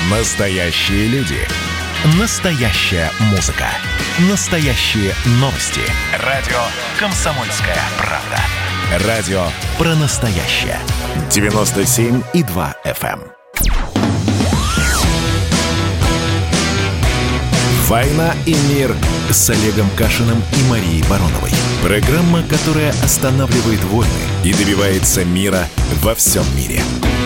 Настоящие люди. Настоящая музыка. Настоящие новости. Радио «Комсомольская правда». Радио про настоящее. 97,2 FM. «Война и мир» с Олегом Кашиным и Марией Бароновой. Программа, которая останавливает войны и добивается мира во всем мире.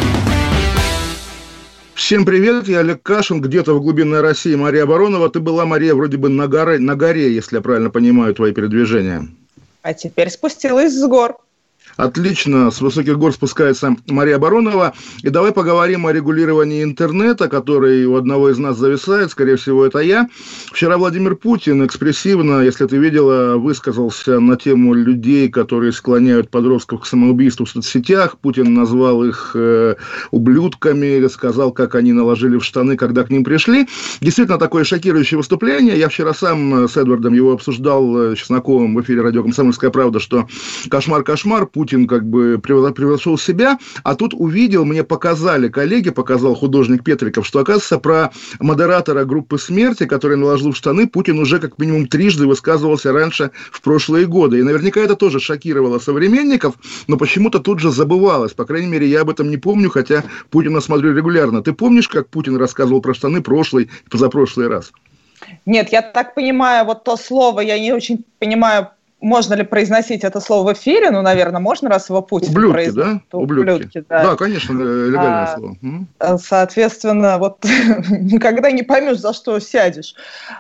Всем привет, я Олег Кашин, где-то в глубинной России Мария Баронова. Ты была, Мария, вроде бы на горе, если я правильно понимаю твои передвижения. А теперь спустилась с гор. Отлично, с высоких гор спускается Мария Баронова. И давай поговорим о регулировании интернета, который у одного из нас зависает, скорее всего, это я. Вчера Владимир Путин экспрессивно, если ты видела, высказался на тему людей, которые склоняют подростков к самоубийству в соцсетях. Путин назвал их ублюдками, сказал, как они наложили в штаны, когда к ним пришли. Действительно, такое шокирующее выступление. Я вчера сам с Эдвардом его обсуждал, Чесноковым, в эфире радио «Комсомольская правда», что кошмар-кошмар, Путин как бы превзошел себя, а тут увидел, мне показали, коллеги, показал художник Петриков, что, оказывается, про модератора группы «Смерти», который наложил в штаны, Путин уже как минимум трижды высказывался раньше в прошлые годы. И наверняка это тоже шокировало современников, но почему-то тут же забывалось. По крайней мере, я об этом не помню, хотя Путина смотрю регулярно. Ты помнишь, как Путин рассказывал про штаны прошлый и позапрошлый раз? Нет, я так понимаю, вот то слово, я не очень понимаю, можно ли произносить это слово в эфире? Ну, наверное, можно, раз его Путин ублюдки, произносит. Да? Ублюдки, да. Да, конечно, легальное слово. Соответственно, вот никогда не поймешь, за что сядешь.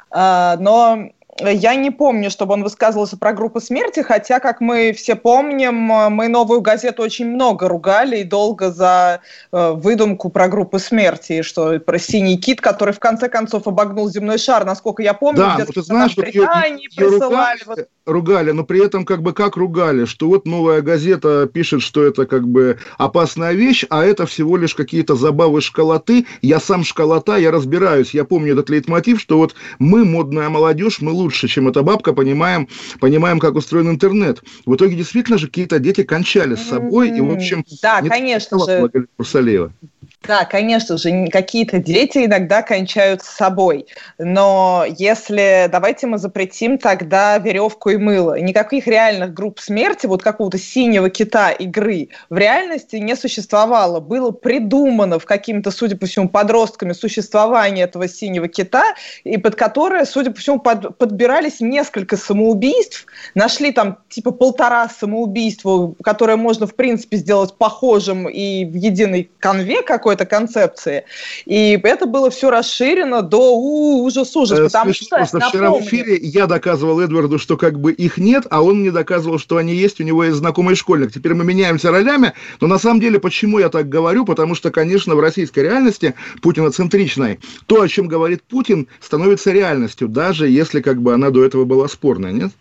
Но я не помню, чтобы он высказывался про группу «Смерти», хотя, как мы все помним, мы «Новую газету» очень много ругали и долго за выдумку про группу «Смерти», и что про «Синий кит», который в конце концов обогнул земной шар, насколько я помню. Да, ты знаешь, вот ее ругали, но при этом как ругали, что вот «Новая газета» пишет, что это как бы опасная вещь, а это всего лишь какие-то забавы школоты. Я сам школота, я разбираюсь, я помню этот лейтмотив, что вот мы, модная молодежь, мы лучше, чем эта бабка, понимаем, как устроен интернет. В итоге действительно же какие-то дети кончали с собой, и, в общем... Да, конечно же. Да, конечно же, какие-то дети иногда кончают с собой. Но если давайте мы запретим тогда веревку и мыло. Никаких реальных групп смерти, вот какого-то синего кита игры в реальности не существовало. Было придумано в какими-то, судя по всему, подростками существование этого синего кита, и под которое, судя по всему, подбирались несколько самоубийств. Нашли там типа 1,5 самоубийства, которое можно, в принципе, сделать похожим и в единой канве какой-то концепции. И это было все расширено до ужас, потому что, вчера в эфире я доказывал Эдварду, что как бы их нет, а он мне доказывал, что они есть, у него есть знакомый школьник. Теперь мы меняемся ролями, но на самом деле, почему я так говорю? Потому что, конечно, в российской реальности, путиноцентричной, то, о чем говорит Путин, становится реальностью, даже если как бы она до этого была спорная, нет?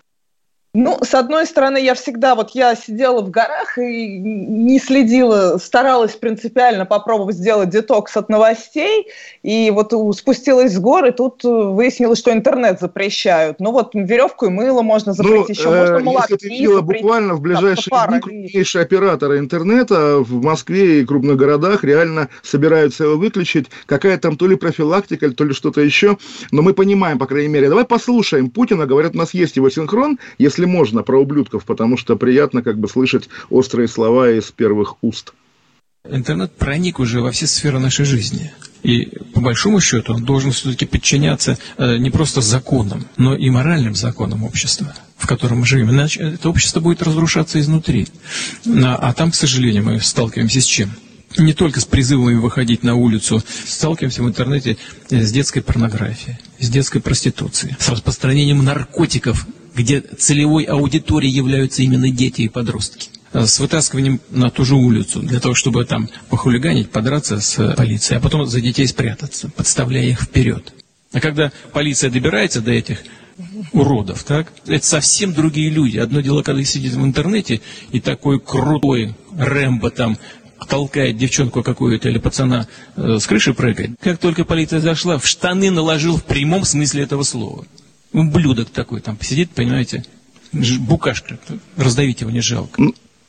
Ну, с одной стороны, я сидела в горах и не следила, старалась принципиально попробовать сделать детокс от новостей, и вот спустилась с гор, и тут выяснилось, что интернет запрещают. Ну, вот веревку и мыло можно запретить, еще можно молотки. Если ты видела, буквально в ближайшие дни крупнейшие операторы интернета в Москве и крупных городах реально собираются его выключить. Какая там то ли профилактика, то ли что-то еще, но мы понимаем, по крайней мере. Давай послушаем Путина, говорят, у нас есть его синхрон, если можно, про ублюдков, потому что приятно как бы слышать острые слова из первых уст. Интернет проник уже во все сферы нашей жизни. И по большому счету он должен все-таки подчиняться не просто законам, но и моральным законам общества, в котором мы живем. Иначе это общество будет разрушаться изнутри. А там, к сожалению, мы сталкиваемся с чем? Не только с призывами выходить на улицу, сталкиваемся в интернете с детской порнографией, с детской проституцией, с распространением наркотиков, где целевой аудиторией являются именно дети и подростки, с вытаскиванием на ту же улицу, для того, чтобы там похулиганить, подраться с полицией, а потом за детей спрятаться, подставляя их вперед. А когда полиция добирается до этих уродов, так, это совсем другие люди. Одно дело, когда сидит в интернете и такой крутой Рэмбо там толкает девчонку какую-то или пацана с крыши прыгает. Как только полиция зашла, в штаны наложил в прямом смысле этого слова. Ублюдок такой там сидит, понимаете, букашка, раздавить его не жалко.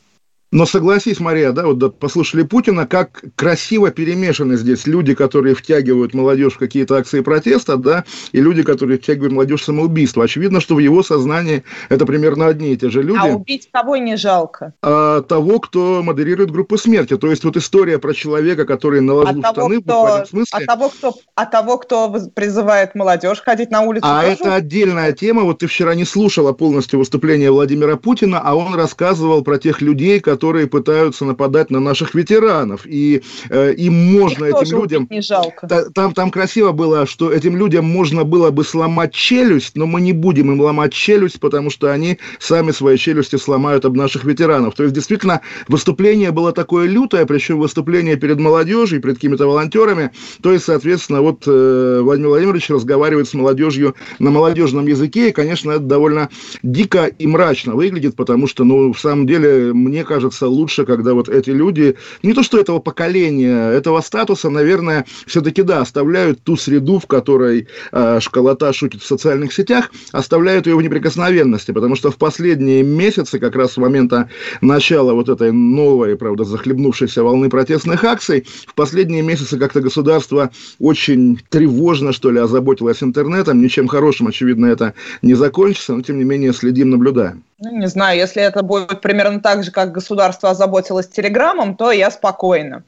Но согласись, Мария, да, вот послушали Путина, как красиво перемешаны здесь люди, которые втягивают молодежь в какие-то акции протеста, да, и люди, которые втягивают молодежь в самоубийство. Очевидно, что в его сознании это примерно одни и те же люди. А убить кого не жалко? Того, кто модерирует группу смерти. То есть вот история про человека, который наложил штаны, в буквальном смысле. Того, кто призывает молодежь ходить на улицу. Это отдельная тема. Вот ты вчера не слушала полностью выступление Владимира Путина, а он рассказывал про тех людей, которые пытаются нападать на наших ветеранов. И им можно, этим людям... Не жалко. Там красиво было, что этим людям можно было бы сломать челюсть, но мы не будем им ломать челюсть, потому что они сами свои челюсти сломают об наших ветеранов. То есть, действительно, выступление было такое лютое, причем выступление перед молодежью, перед какими-то волонтерами. То есть, соответственно, вот Владимир Владимирович разговаривает с молодежью на молодежном языке, и, конечно, это довольно дико и мрачно выглядит, потому что, в самом деле, мне кажется, лучше, когда вот эти люди, не то что этого поколения, этого статуса, наверное, все-таки, да, оставляют ту среду, в которой школота шутит в социальных сетях, оставляют ее в неприкосновенности, потому что в последние месяцы, как раз с момента начала вот этой новой, правда, захлебнувшейся волны протестных акций, в последние месяцы как-то государство очень тревожно, что ли, озаботилось интернетом, ничем хорошим, очевидно, это не закончится, но, тем не менее, следим, наблюдаем. Не знаю, если это будет примерно так же, как государство озаботилось Телеграмом, то я спокойна.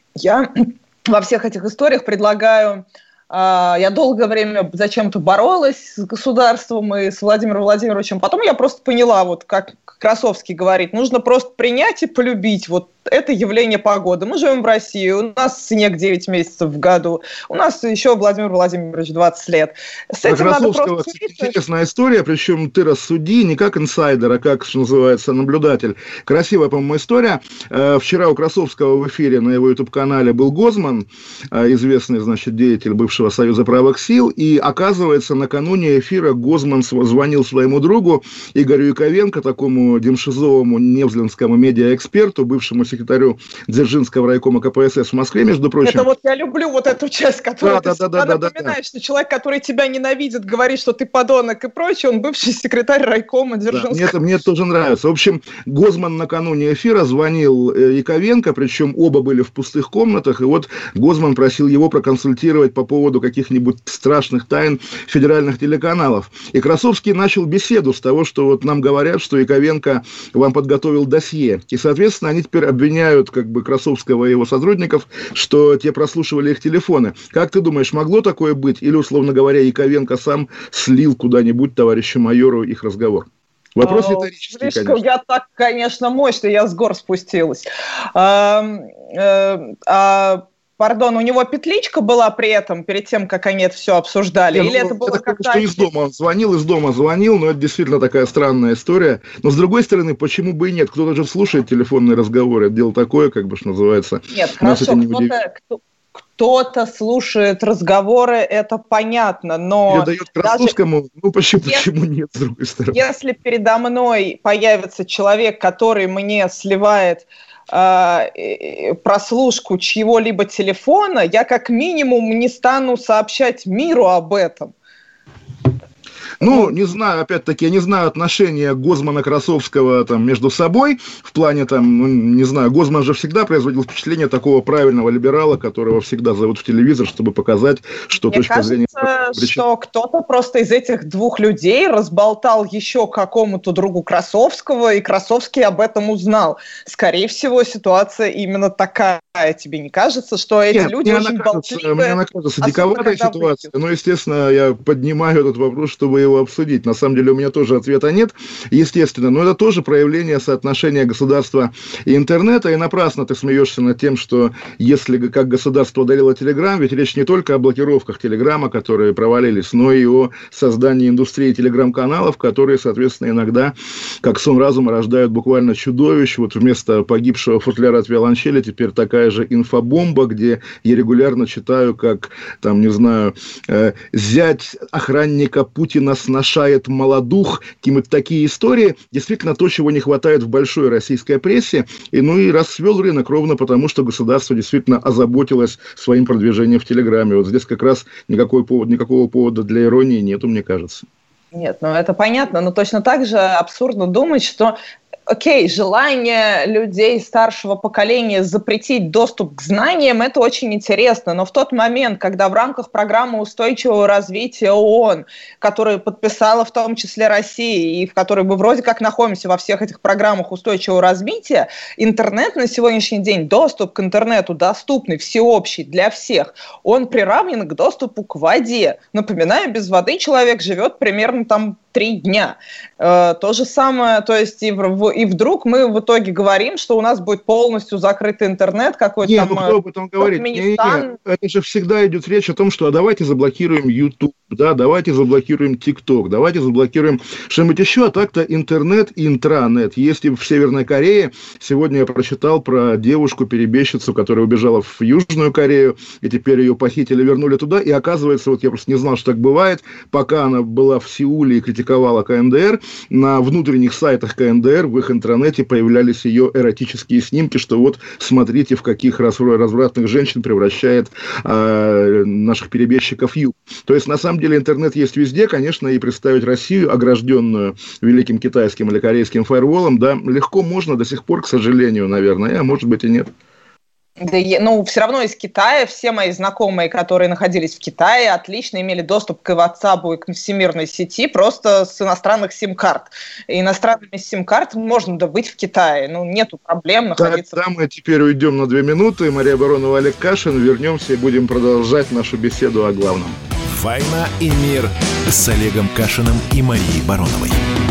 Я во всех этих историях предлагаю... Я долгое время зачем-то боролась с государством и с Владимиром Владимировичем. Потом я просто поняла, вот как Красовский говорит, нужно просто принять и полюбить вот это явление погоды. Мы живем в России, у нас снег 9 месяцев в году, у нас еще Владимир Владимирович 20 лет. С этим надо просто смириться. Интересная история, причем ты рассуди, не как инсайдер, а как, что называется, наблюдатель. Красивая, по-моему, история. Вчера у Красовского в эфире на его YouTube-канале был Гозман, известный, значит, деятель бывшего Союза правых сил, и, оказывается, накануне эфира Гозман звонил своему другу Игорю Яковенко, такому демшизовому невзлинскому медиаэксперту, бывшему секретарю Дзержинского райкома КПСС в Москве, между прочим. Это вот я люблю вот эту часть, которую ты напоминаешь, что человек, который тебя ненавидит, говорит, что ты подонок и прочее, он бывший секретарь райкома Дзержинского. Да, мне это тоже нравится. В общем, Гозман накануне эфира звонил Яковенко, причем оба были в пустых комнатах, и вот Гозман просил его проконсультировать по поводу каких-нибудь страшных тайн федеральных телеканалов. И Красовский начал беседу с того, что вот нам говорят, что Яковенко вам подготовил досье. И, соответственно, они теперь обвиняют как бы Красовского и его сотрудников, что те прослушивали их телефоны. Как ты думаешь, могло такое быть? Или, условно говоря, Яковенко сам слил куда-нибудь товарищу майору их разговор? Вопрос риторический, конечно. Я так, конечно, мощно, я с гор спустилась. Пардон, у него петличка была при этом, перед тем, как они это все обсуждали? Или это было как-то... Что из дома звонил, но это действительно такая странная история. Но, с другой стороны, почему бы и нет? Кто-то же слушает телефонные разговоры, это дело такое, как бы, что называется. Нет, хорошо, кто-то слушает разговоры, это понятно, но... И дает Красовскому, почему нет, с другой стороны? Если передо мной появится человек, который мне сливает прослушку чьего-либо телефона, я как минимум не стану сообщать миру об этом. Не знаю, опять-таки, я не знаю отношения Гозмана Красовского там между собой, в плане там, не знаю, Гозман же всегда производил впечатление такого правильного либерала, которого всегда зовут в телевизор, чтобы показать, что точка зрения... Мне кажется, что кто-то просто из этих двух людей разболтал еще какому-то другу Красовского, и Красовский об этом узнал. Скорее всего, ситуация именно такая. Тебе не кажется, что эти люди очень болтливые? Мне кажется, диковатая ситуация. Но, естественно, я поднимаю этот вопрос, чтобы его обсудить. На самом деле у меня тоже ответа нет, естественно. Но это тоже проявление соотношения государства и интернета. И напрасно ты смеешься над тем, что если как государство удалило Телеграм, ведь речь не только о блокировках Телеграма, которые провалились, но и о создании индустрии телеграм-каналов, которые, соответственно, иногда, как сон разума, рождают буквально чудовищ. Вот вместо погибшего футляра от виолончели теперь такая же инфобомба, где я регулярно читаю, как, там, не знаю, зять охранника Путина сношает молодух, какие-нибудь такие истории. Действительно, то, чего не хватает в большой российской прессе, и расцвел рынок ровно потому, что государство действительно озаботилось своим продвижением в Телеграме. Вот здесь как раз никакого повода для иронии нету, мне кажется. Нет, это понятно, но точно так же абсурдно думать, что окей, желание людей старшего поколения запретить доступ к знаниям – это очень интересно, но в тот момент, когда в рамках программы устойчивого развития ООН, которую подписала в том числе Россия, и в которой мы вроде как находимся во всех этих программах устойчивого развития, интернет на сегодняшний день, доступ к интернету доступный, всеобщий для всех, он приравнен к доступу к воде. Напоминаю, без воды человек живет примерно там 3 дня. То же самое, то есть и вдруг мы в итоге говорим, что у нас будет полностью закрытый интернет, какой-то там... кто об этом говорит? Это же всегда идет речь о том, что давайте заблокируем YouTube, да, давайте заблокируем TikTok, давайте заблокируем что-нибудь еще, а так-то интернет и интранет. Есть и в Северной Корее. Сегодня я прочитал про девушку-перебежчицу, которая убежала в Южную Корею, и теперь ее похитили, вернули туда, и оказывается, вот я просто не знал, что так бывает, пока она была в Сеуле и критиковала КНДР, на внутренних сайтах КНДР в их интранете появлялись ее эротические снимки, что вот смотрите, в каких развратных женщин превращает наших перебежчиков Юг. То есть, на самом деле, интернет есть везде, конечно, и представить Россию, огражденную великим китайским или корейским фаерволом, да, легко можно до сих пор, к сожалению, наверное, а может быть и нет. Да, ну, все равно из Китая все мои знакомые, которые находились в Китае, отлично имели доступ к WhatsApp и к всемирной сети просто с иностранных сим-карт. И иностранными сим-карт можно добыть в Китае. Ну, нету проблем находиться... Да, мы теперь уйдем на 2 минуты. Мария Баронова, Олег Кашин. Вернемся и будем продолжать нашу беседу о главном. «Война и мир» с Олегом Кашиным и Марией Бароновой.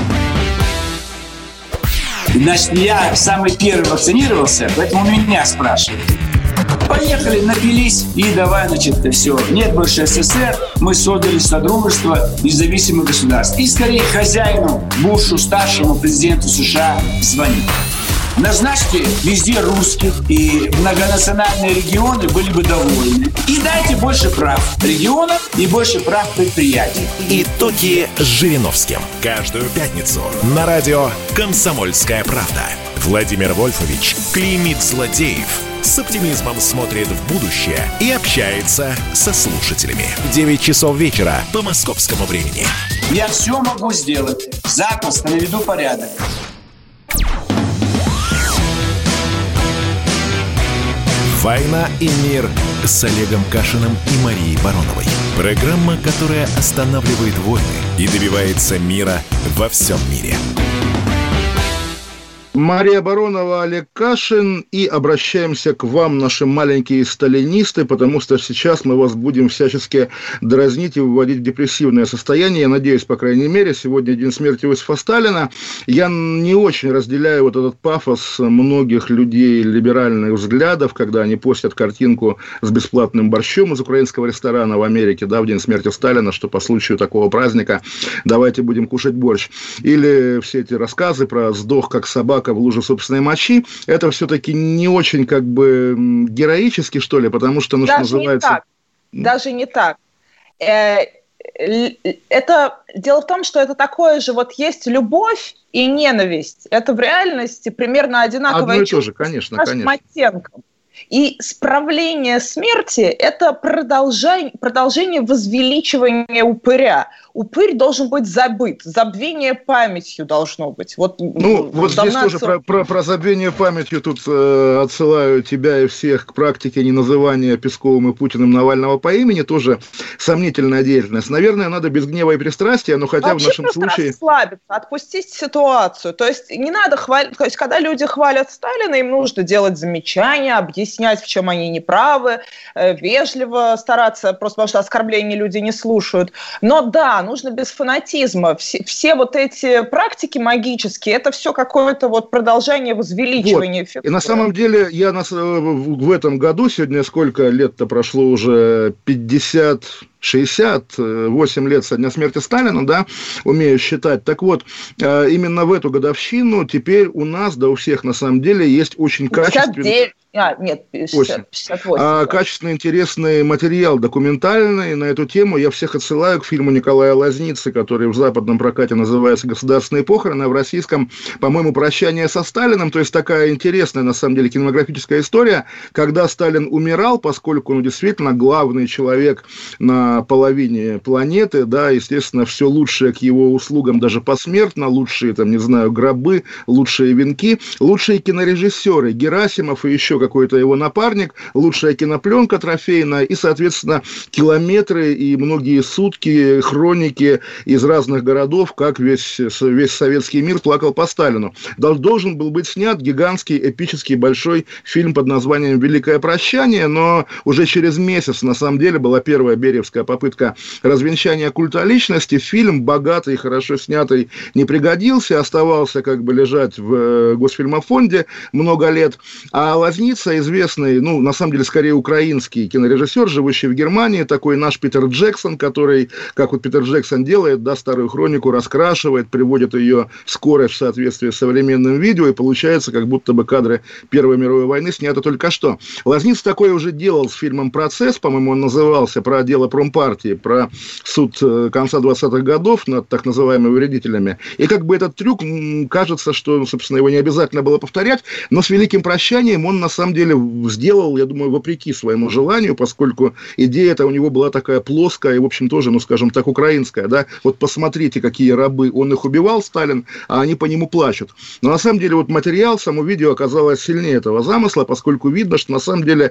Значит, я самый первый вакцинировался, поэтому меня спрашивают. Поехали, напились и давай, значит, все. Нет больше СССР, мы создали Содружество независимых государств. И скорее хозяину Бушу, старшему президенту США, звонить. Назначьте везде русских, и многонациональные регионы были бы довольны. И дайте больше прав регионам и больше прав предприятий. Итоги с Жириновским. Каждую пятницу на радио «Комсомольская правда». Владимир Вольфович клеймит злодеев, с оптимизмом смотрит в будущее и общается со слушателями. 9 часов вечера по московскому времени. Я все могу сделать. Запросто наведу порядок. «Война и мир» с Олегом Кашиным и Марией Бароновой. Программа, которая останавливает войны и добивается мира во всем мире. Мария Баронова, Олег Кашин, и обращаемся к вам, наши маленькие сталинисты, потому что сейчас мы вас будем всячески дразнить и выводить в депрессивное состояние. Я надеюсь, по крайней мере, сегодня день смерти Иосифа Сталина. Я не очень разделяю вот этот пафос многих людей либеральных взглядов, когда они постят картинку с бесплатным борщом из украинского ресторана в Америке, да, в день смерти Сталина, что по случаю такого праздника давайте будем кушать борщ. Или все эти рассказы про «сдох как собака в луже собственной мочи», это все-таки не очень как бы героически, что ли, потому что, ну, что называется... Даже не так. Это дело в том, что это такое же, вот есть любовь и ненависть. Это в реальности примерно одинаковое одно и то же, конечно, конечно. Оттенком. И справление смерти – это продолжение возвеличивания упыря. Упырь должен быть забыт, забвение памятью должно быть. Вот, ну, вот здесь тоже про забвение памятью тут отсылаю тебя и всех к практике неназывания Песковым и Путиным Навального по имени, тоже сомнительная деятельность. Наверное, надо без гнева и пристрастия, но хотя вообще в нашем случае... расслабиться, отпустить ситуацию. То есть не надо хвалить, то есть когда люди хвалят Сталина, им нужно делать замечания, объяснять, в чем они неправы, вежливо стараться, просто потому что оскорбления люди не слушают. Но да, нужно без фанатизма. Все вот эти практики магические, это все какое-то вот продолжение возвеличивания. Вот. И на самом деле я в этом году, сегодня сколько лет-то прошло уже, 68 лет со дня смерти Сталина, да, умею считать. Так вот, именно в эту годовщину теперь у нас, да у всех на самом деле, есть очень качественный... Нет, 58. Качественный, интересный материал документальный на эту тему. Я всех отсылаю к фильму Николая Лозницы, который в западном прокате называется «Государственные похороны», а в российском, по-моему, «Прощание со Сталиным». То есть такая интересная, на самом деле, кинематографическая история, когда Сталин умирал, поскольку, ну, действительно, главный человек на на половине планеты, да, естественно, все лучшее к его услугам, даже посмертно, лучшие, там, не знаю, гробы, лучшие венки, лучшие кинорежиссеры, Герасимов и еще какой-то его напарник, лучшая кинопленка трофейная и, соответственно, километры и многие сутки хроники из разных городов, как весь советский мир плакал по Сталину. Должен был быть снят гигантский, эпический, большой фильм под названием «Великое прощание», но уже через месяц, на самом деле, была первая бериевская попытка развенчания культа личности. Фильм, богатый, хорошо снятый, не пригодился, оставался как бы лежать в Госфильмофонде много лет. А Лозница, известный, ну, на самом деле, скорее украинский кинорежиссер, живущий в Германии, такой наш Питер Джексон, который, как вот Питер Джексон делает, да, старую хронику раскрашивает, приводит ее скорость в соответствии с современным видео, и получается, как будто бы кадры Первой мировой войны сняты только что. Лозница такое уже делал с фильмом «Процесс», по-моему, он назывался, про дело промпартии, про суд конца 20-х годов над так называемыми вредителями. И как бы этот трюк, кажется, что, собственно, его не обязательно было повторять, но с «Великим прощанием» он, на самом деле, сделал, я думаю, вопреки своему желанию, поскольку идея-то у него была такая плоская и, в общем, тоже, ну, скажем так, украинская, да, вот посмотрите, какие рабы, он их убивал, Сталин, а они по нему плачут. Но, на самом деле, вот материал, само видео оказалось сильнее этого замысла, поскольку видно, что, на самом деле,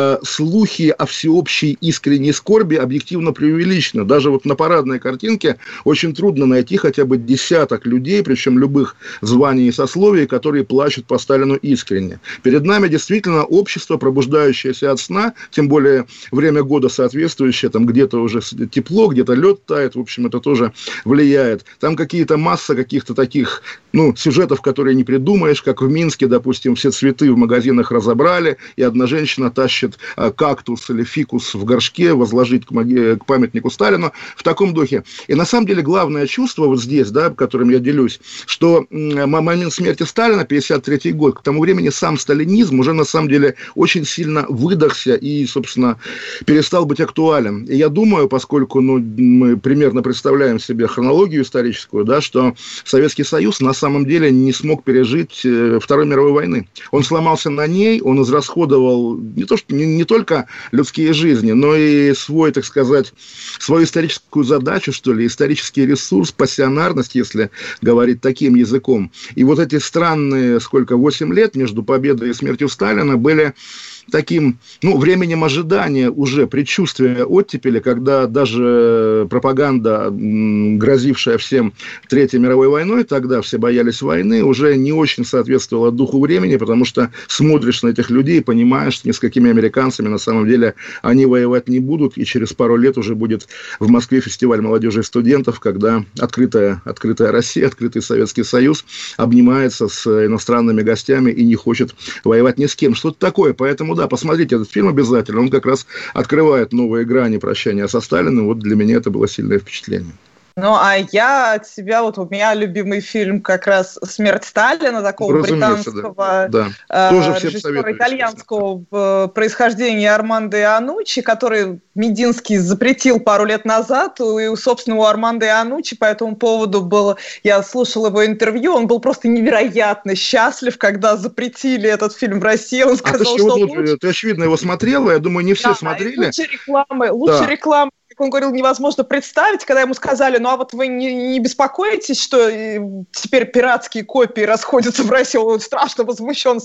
слухи о всеобщей искренней скорби объективно преувеличены. Даже вот на парадной картинке очень трудно найти хотя бы десяток людей, причем любых званий и сословий, которые плачут по Сталину искренне. Перед нами действительно общество, пробуждающееся от сна, тем более время года соответствующее, там где-то уже тепло, где-то лед тает, в общем, это тоже влияет. Там какие-то масса каких-то таких, ну, сюжетов, которые не придумаешь, как в Минске, допустим, все цветы в магазинах разобрали, и одна женщина тащит кактус или фикус в горшке возложить к памятнику Сталину, в таком духе. И на самом деле главное чувство вот здесь, да, которым я делюсь, что момент смерти Сталина, 1953 год, к тому времени сам сталинизм уже на самом деле очень сильно выдохся и, собственно, перестал быть актуален. И я думаю, поскольку мы примерно представляем себе хронологию историческую, да, что Советский Союз на самом деле не смог пережить Второй мировой войны. Он сломался на ней, он израсходовал не только людские жизни, но и свой, так сказать, свою историческую задачу, что ли, исторический ресурс, пассионарность, если говорить таким языком. И вот эти странные, 8 лет между победой и смертью Сталина были таким, временем ожидания уже, предчувствия оттепели, когда даже пропаганда, грозившая всем Третьей мировой войной, тогда все боялись войны, уже не очень соответствовала духу времени, потому что смотришь на этих людей и понимаешь, что ни с какими американцами на самом деле они воевать не будут, и через пару лет уже будет в Москве фестиваль молодежи и студентов, когда открытая Россия, открытый Советский Союз обнимается с иностранными гостями и не хочет воевать ни с кем. Что-то такое, поэтому да, посмотрите этот фильм обязательно, он как раз открывает новые грани прощания со Сталиным, вот для меня это было сильное впечатление. Ну, а я от себя, вот у меня любимый фильм как раз «Смерть Сталина», такого британского режиссера итальянского происхождения Армандо Ианнуччи, который Мединский запретил пару лет назад, и, собственно, у Армандо Ианнуччи по этому поводу было, я слушала его интервью, он был просто невероятно счастлив, когда запретили этот фильм в России, он сказал, ты, очевидно, его смотрела, я думаю, не все смотрели. Лучшей рекламы, он говорил, невозможно представить, когда ему сказали, а вот вы не беспокоитесь, что теперь пиратские копии расходятся в России? Он страшно возмущен.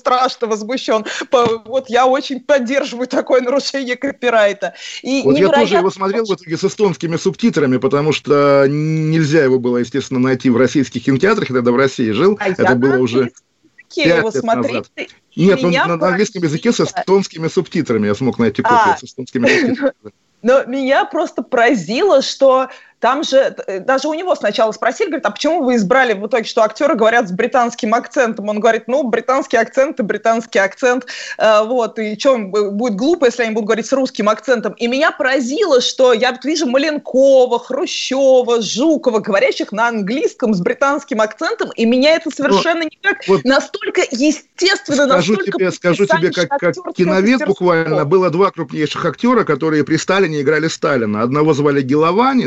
Вот я очень поддерживаю такое нарушение копирайта. И вот я тоже его смотрел в итоге с эстонскими субтитрами, потому что нельзя его было, естественно, найти в российских кинотеатрах, я тогда в России жил, это было уже 5 лет назад. Нет, на английском языке с эстонскими субтитрами я смог найти копию с эстонскими субтитрами. Но меня просто поразило, что там же, даже у него сначала спросили, говорит, а почему вы избрали в итоге, что актеры говорят с британским акцентом? Он говорит, британский акцент, и что, будет глупо, если они будут говорить с русским акцентом? И меня поразило, что я вот вижу Маленкова, Хрущева, Жукова, говорящих на английском с британским акцентом, и меня это совершенно никак настолько естественно, Скажу тебе, как киновед буквально, было 2 крупнейших актера, которые при Сталине играли Сталина. Одного звали Гиловани, да, Михаил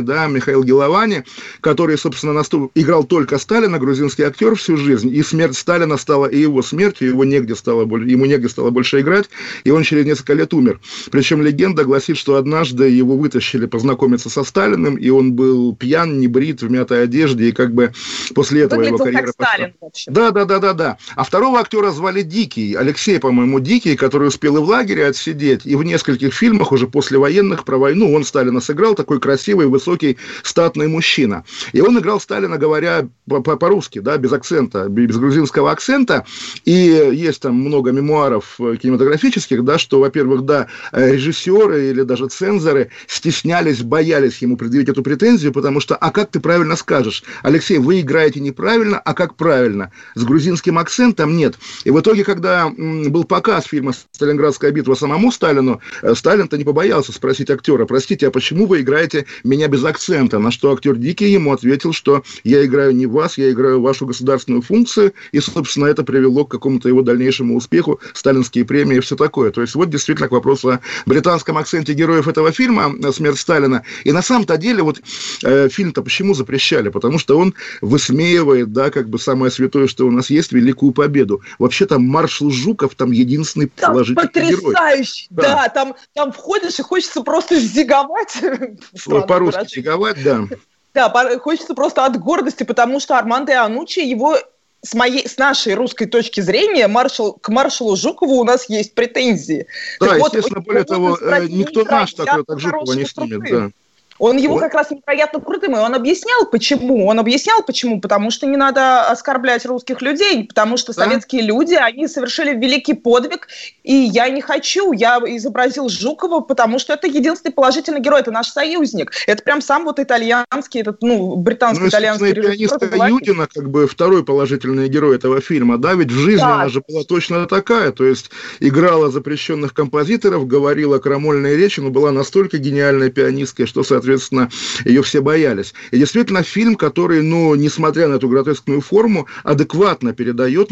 Михаил Геловани, который, собственно, играл только Сталина, грузинский актер всю жизнь, и смерть Сталина стала и его смертью, ему негде стало больше играть, и он через несколько лет умер. Причем легенда гласит, что однажды его вытащили познакомиться со Сталиным, и он был пьян, небрит, в мятой одежде, и как бы после этого его карьера пошла. Да. А второго актера звали Дикий, Алексей, по-моему, Дикий, который успел и в лагере отсидеть, и в нескольких фильмах уже послевоенных про войну он Сталина сыграл, такой красивый, высокий, статный мужчина. И он играл Сталина, говоря по-русски, да, без акцента, без грузинского акцента, и есть там много мемуаров кинематографических, да, что, во-первых, да, режиссеры или даже цензоры стеснялись, боялись ему предъявить эту претензию, потому что, а как ты правильно скажешь? Алексей, вы играете неправильно, а как правильно? С грузинским акцентом нет. И в итоге, когда был показ фильма «Сталинградская битва» самому Сталину, Сталин-то не побоялся спросить актера: простите, а почему вы играете меня без акцента? На что актер Дикий ему ответил, что я играю не вас, я играю вашу государственную функцию, и, собственно, это привело к какому-то его дальнейшему успеху, сталинские премии и все такое. То есть, вот действительно к вопросу о британском акценте героев этого фильма «Смерть Сталина». И на самом-то деле, вот фильм-то почему запрещали? Потому что он высмеивает, да, как бы самое святое, что у нас есть, великую победу. Вообще там маршал Жуков, там единственный положительный герой. Потрясающий, да, там входишь и хочется просто зиговать. По-русски зиговать, да. Да, хочется просто от гордости, потому что Армандо Ианнуччи, его с нашей русской точки зрения, к маршалу Жукову у нас есть претензии. Да, так естественно, более того, никто наш так Жукова не снимет, да. Он его как раз невероятно крутым, и он объяснял, почему, потому что не надо оскорблять русских людей, потому что советские люди, они совершили великий подвиг, и я не хочу, я изобразил Жукова, потому что это единственный положительный герой, это наш союзник, это прям сам вот итальянский, этот, британско-итальянский режиссер. Пианистка Юдина, как бы второй положительный герой этого фильма, да, ведь в жизни она же была точно такая, то есть играла запрещенных композиторов, говорила крамольные речи, но была настолько гениальной пианисткой, что, соответственно, ее все боялись. И действительно, фильм, который, несмотря на эту гротескную форму, адекватно передает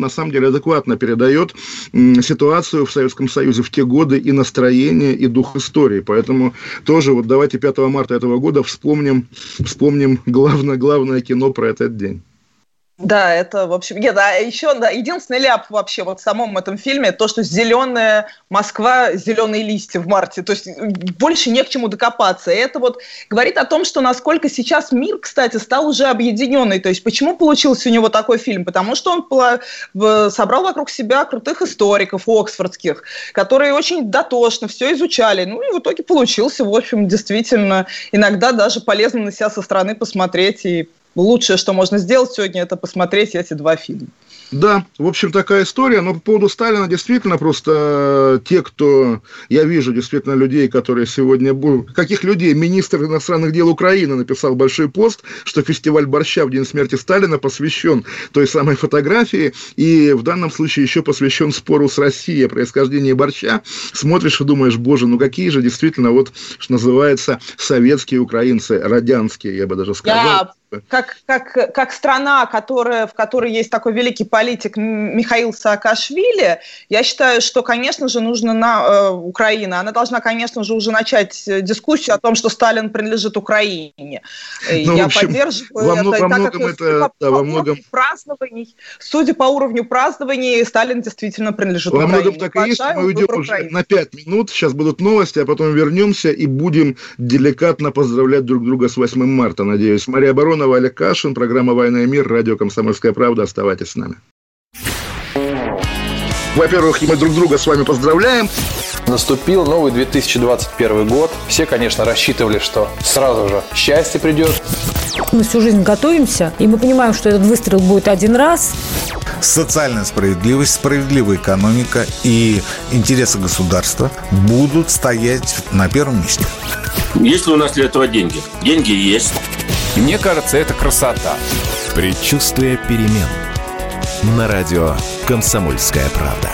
ситуацию в Советском Союзе в те годы и настроение, и дух истории. Поэтому тоже вот давайте 5 марта этого года вспомним главное кино про этот день. Да, это, в общем, единственный ляп вообще вот в самом этом фильме, то, что зеленая Москва, зеленые листья в марте, то есть больше не к чему докопаться. И это вот говорит о том, что насколько сейчас мир, кстати, стал уже объединенный. То есть почему получился у него такой фильм? Потому что он собрал вокруг себя крутых историков оксфордских, которые очень дотошно все изучали. И в итоге получился, в общем, действительно, иногда даже полезно на себя со стороны посмотреть, и лучшее, что можно сделать сегодня, это посмотреть эти два фильма. Да, в общем, такая история. Но по поводу Сталина действительно просто те, кто... Я вижу действительно людей, которые сегодня... Каких людей? Министр иностранных дел Украины написал большой пост, что фестиваль борща в день смерти Сталина посвящен той самой фотографии, и в данном случае еще посвящен спору с Россией о происхождении борща. Смотришь и думаешь: боже, какие же действительно, вот, что называется, советские украинцы, родянские, я бы даже сказал. Как страна, в которой есть такой великий политик Михаил Саакашвили, я считаю, что, конечно же, Украина, она должна, конечно же, уже начать дискуссию о том, что Сталин принадлежит Украине. Я поддерживаю это, во многом судя по уровню празднований, Сталин действительно принадлежит Украине. Во многом так и есть. Мы уйдем уже на 5 минут, сейчас будут новости, а потом вернемся и будем деликатно поздравлять друг друга с 8 марта, надеюсь. Мария Баронова, Олег Кашин, программа «Война и мир», радио «Комсомольская правда». Оставайтесь с нами. Во-первых, мы друг друга с вами поздравляем. Наступил новый 2021 год. Все, конечно, рассчитывали, что сразу же счастье придет. Мы всю жизнь готовимся, и мы понимаем, что этот выстрел будет один раз. Социальная справедливость, справедливая экономика и интересы государства будут стоять на первом месте. Есть ли у нас для этого деньги? Деньги есть. Мне кажется, это красота. Предчувствие перемен. На радио «Комсомольская правда».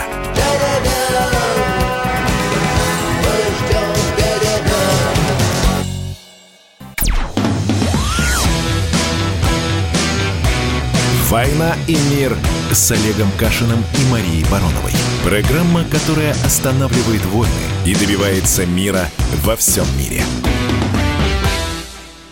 «Война и мир» с Олегом Кашиным и Марией Бароновой. Программа, которая останавливает войны и добивается мира во всем мире.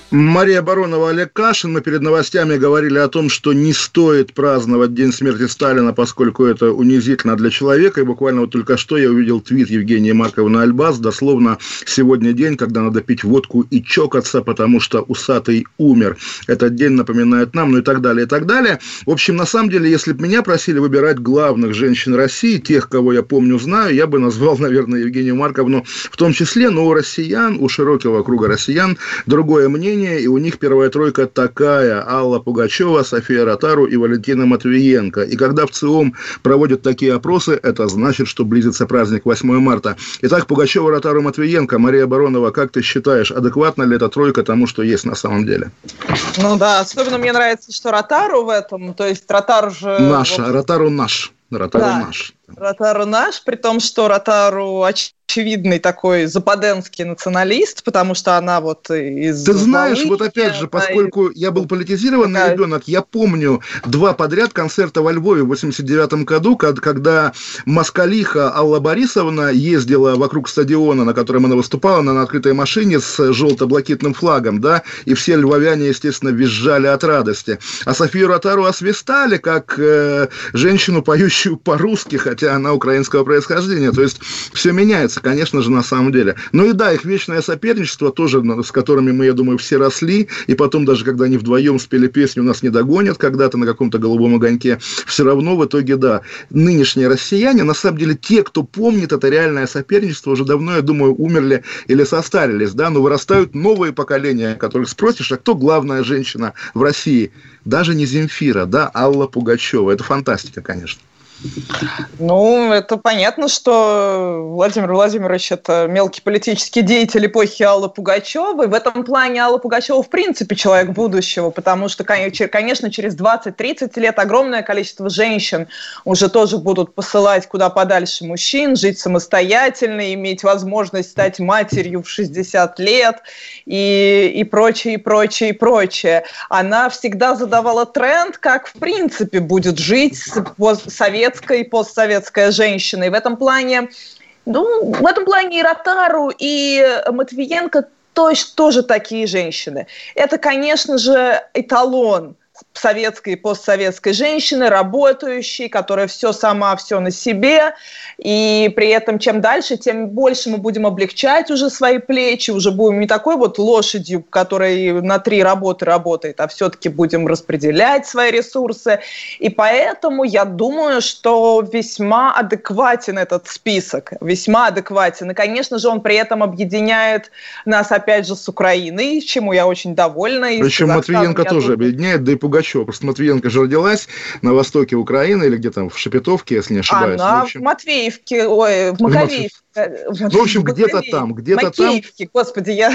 Мария Баронова, Олег Кашин. Мы перед новостями говорили о том, что не стоит праздновать День смерти Сталина, поскольку это унизительно для человека. И буквально вот только что я увидел твит Евгении Марковны Альбас. Дословно: сегодня день, когда надо пить водку и чокаться, потому что усатый умер. Этот день напоминает нам, ну и так далее, и так далее. В общем, на самом деле, если бы меня просили выбирать главных женщин России, тех, кого я помню, знаю, я бы назвал, наверное, Евгению Марковну в том числе. Но у россиян, у широкого круга россиян другое мнение. И у них первая тройка такая: Алла Пугачева, София Ротару и Валентина Матвиенко. И когда в ЦИОМ проводят такие опросы, это значит, что близится праздник 8 марта. Итак, Пугачева, Ротару, Матвиенко. Мария Баронова, как ты считаешь, адекватна ли эта тройка тому, что есть на самом деле? Ну да, особенно мне нравится, что Ротару в этом, то есть Ротару же... Наша, Ротару наш. Ротару наш. Ротару наш, при том, что Ротару очевидный такой западенский националист, потому что она вот из... Ты знаешь, вот опять же, поскольку я был политизированный ребенок, я помню 2 подряд концерта во Львове в 89 году, когда москалиха Алла Борисовна ездила вокруг стадиона, на котором она выступала, на открытой машине с желто-блакитным флагом, да, и все львовяне, естественно, визжали от радости. А Софию Ротару освистали как женщину, поющую по-русски, хотя она украинского происхождения. То есть все меняется, конечно же, на самом деле. Ну и да, их вечное соперничество тоже, с которыми мы, я думаю, все росли, и потом даже, когда они вдвоем спели песню «Нас не догонят» когда-то на каком-то голубом огоньке, все равно в итоге, да, нынешние россияне, на самом деле, те, кто помнит это реальное соперничество, уже давно, я думаю, умерли или состарились, да, но вырастают новые поколения, которых спросишь, а кто главная женщина в России? Даже не Земфира, да, Алла Пугачева. Это фантастика, конечно. Ну, это понятно, что Владимир Владимирович – это мелкий политический деятель эпохи Аллы Пугачевой. В этом плане Алла Пугачева в принципе человек будущего, потому что, конечно, через 20-30 лет огромное количество женщин уже тоже будут посылать куда подальше мужчин, жить самостоятельно, иметь возможность стать матерью в 60 лет и прочее, и прочее, и прочее. Она всегда задавала тренд, как в принципе будет жить советская и постсоветская женщина. И в этом плане, и Ротару, и Матвиенко тоже такие женщины. Это, конечно же, эталон советской и постсоветской женщины, работающей, которая все сама, все на себе, и при этом чем дальше, тем больше мы будем облегчать уже свои плечи, уже будем не такой вот лошадью, которая на 3 работы работает, а все-таки будем распределять свои ресурсы, и поэтому я думаю, что весьма адекватен этот список, весьма адекватен, и, конечно же, он при этом объединяет нас, опять же, с Украиной, чему я очень довольна. Причем Матвиенко тоже объединяет, да и Пугачева. Просто Матвиенко же родилась на востоке Украины, или где там, в Шепетовке, если не ошибаюсь. Она в Матвеевке, в Маковеевке. Ну, в общем, где-то там. Макеевке, господи, я...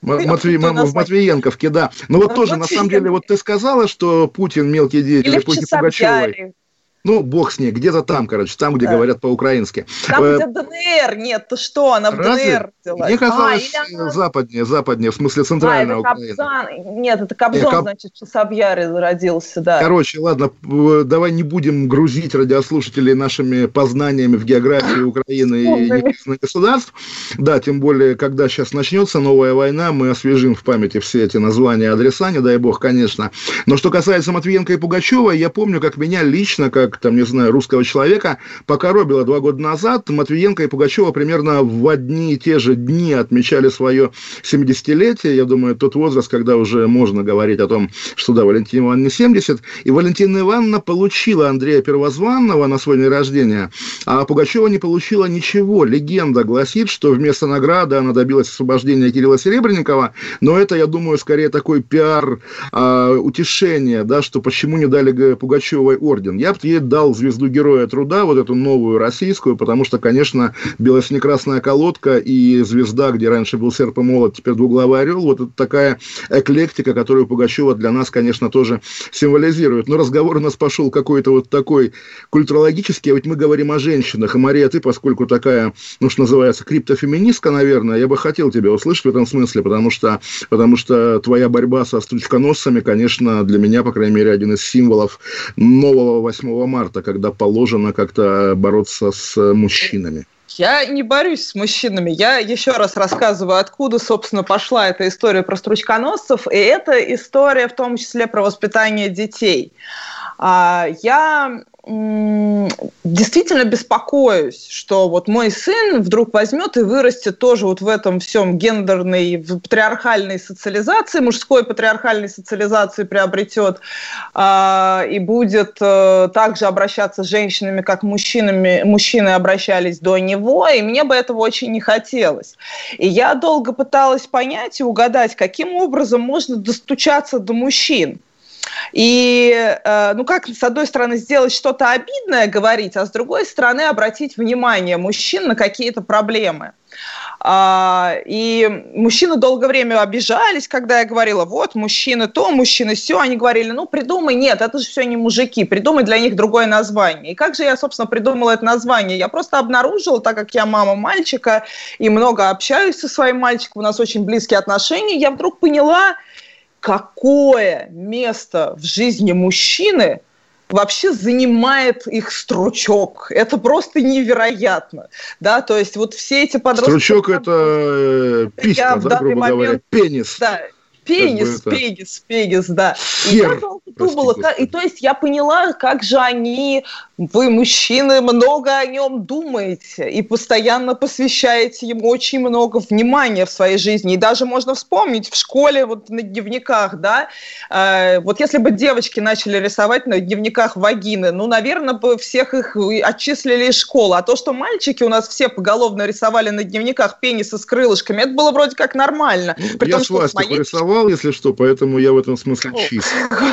В Матвиенковке, да. Но вот тоже, на самом деле, вот ты сказала, что Путин мелкий деятель эпохи Пугачевой. Ну, бог с ней, где-то там, короче, там, где говорят по-украински. Там, где ДНР, нет, ты что, она в ДНР родилась. Мне казалось, западнее, в смысле центральная Украина. Кобзон. Нет, это Кобзон, значит, в Часовьяре родился, да. Короче, ладно, давай не будем грузить радиослушателей нашими познаниями в географии Украины и небесных государств. Да, тем более, когда сейчас начнется новая война, мы освежим в памяти все эти названия, адреса, не дай бог, конечно. Но что касается Матвиенко и Пугачева, я помню, как меня лично, как там, не знаю, русского человека, покоробило 2 года назад. Матвиенко и Пугачева примерно в одни и те же дни отмечали свое 70-летие. Я думаю, тот возраст, когда уже можно говорить о том, что да, Валентине Ивановне 70. И Валентина Ивановна получила Андрея Первозванного на свой день рождения, а Пугачева не получила ничего. Легенда гласит, что вместо награды она добилась освобождения Кирилла Серебренникова, но это, я думаю, скорее такой пиар, утешение, да, что почему не дали Пугачевой орден. Я бы ей дал звезду Героя Труда, вот эту новую российскую, потому что, конечно, бело-сине-красная колодка и звезда, где раньше был серп и молот, теперь двуглавый орел, вот это такая эклектика, которую Пугачева для нас, конечно, тоже символизирует. Но разговор у нас пошел какой-то вот такой культурологический, а ведь мы говорим о женщинах, и, Мария, ты, поскольку такая, ну, что называется, криптофеминистка, наверное, я бы хотел тебя услышать в этом смысле, потому что твоя борьба со стручконосцами, конечно, для меня, по крайней мере, один из символов нового 8 марта, когда положено как-то бороться с мужчинами. Я не борюсь с мужчинами. Я еще раз рассказываю, откуда, собственно, пошла эта история про стручконосцев. И это история в том числе про воспитание детей. Я действительно беспокоюсь, что вот мой сын вдруг возьмет и вырастет тоже вот в этом всем гендерной, патриархальной социализации, мужской патриархальной социализации приобретет и будет также обращаться с женщинами, как мужчины обращались до него, и мне бы этого очень не хотелось. И я долго пыталась понять и угадать, каким образом можно достучаться до мужчин. И, как, с одной стороны, сделать что-то обидное, говорить, а с другой стороны, обратить внимание мужчин на какие-то проблемы. И мужчины долгое время обижались, когда я говорила, вот, мужчины то, мужчины сё. Они говорили, придумай, нет, это же все не мужики, придумай для них другое название. И как же я, собственно, придумала это название? Я просто обнаружила, так как я мама мальчика и много общаюсь со своим мальчиком, у нас очень близкие отношения, я вдруг поняла, какое место в жизни мужчины вообще занимает их стручок. Это просто невероятно. Да? То есть вот все эти подростки... Стручок – это писька, да, грубо говоря, пенис. Да. Пенис, да. И я долго думала, и то есть я поняла, как же вы, мужчины, много о нем думаете и постоянно посвящаете ему очень много внимания в своей жизни. И даже можно вспомнить в школе, вот на дневниках, да, вот если бы девочки начали рисовать на дневниках вагины, наверное, бы всех их отчислили из школы. А то, что мальчики у нас все поголовно рисовали на дневниках пенисы с крылышками, это было вроде как нормально. Я свастику рисовал, если что, поэтому я в этом смысле чист.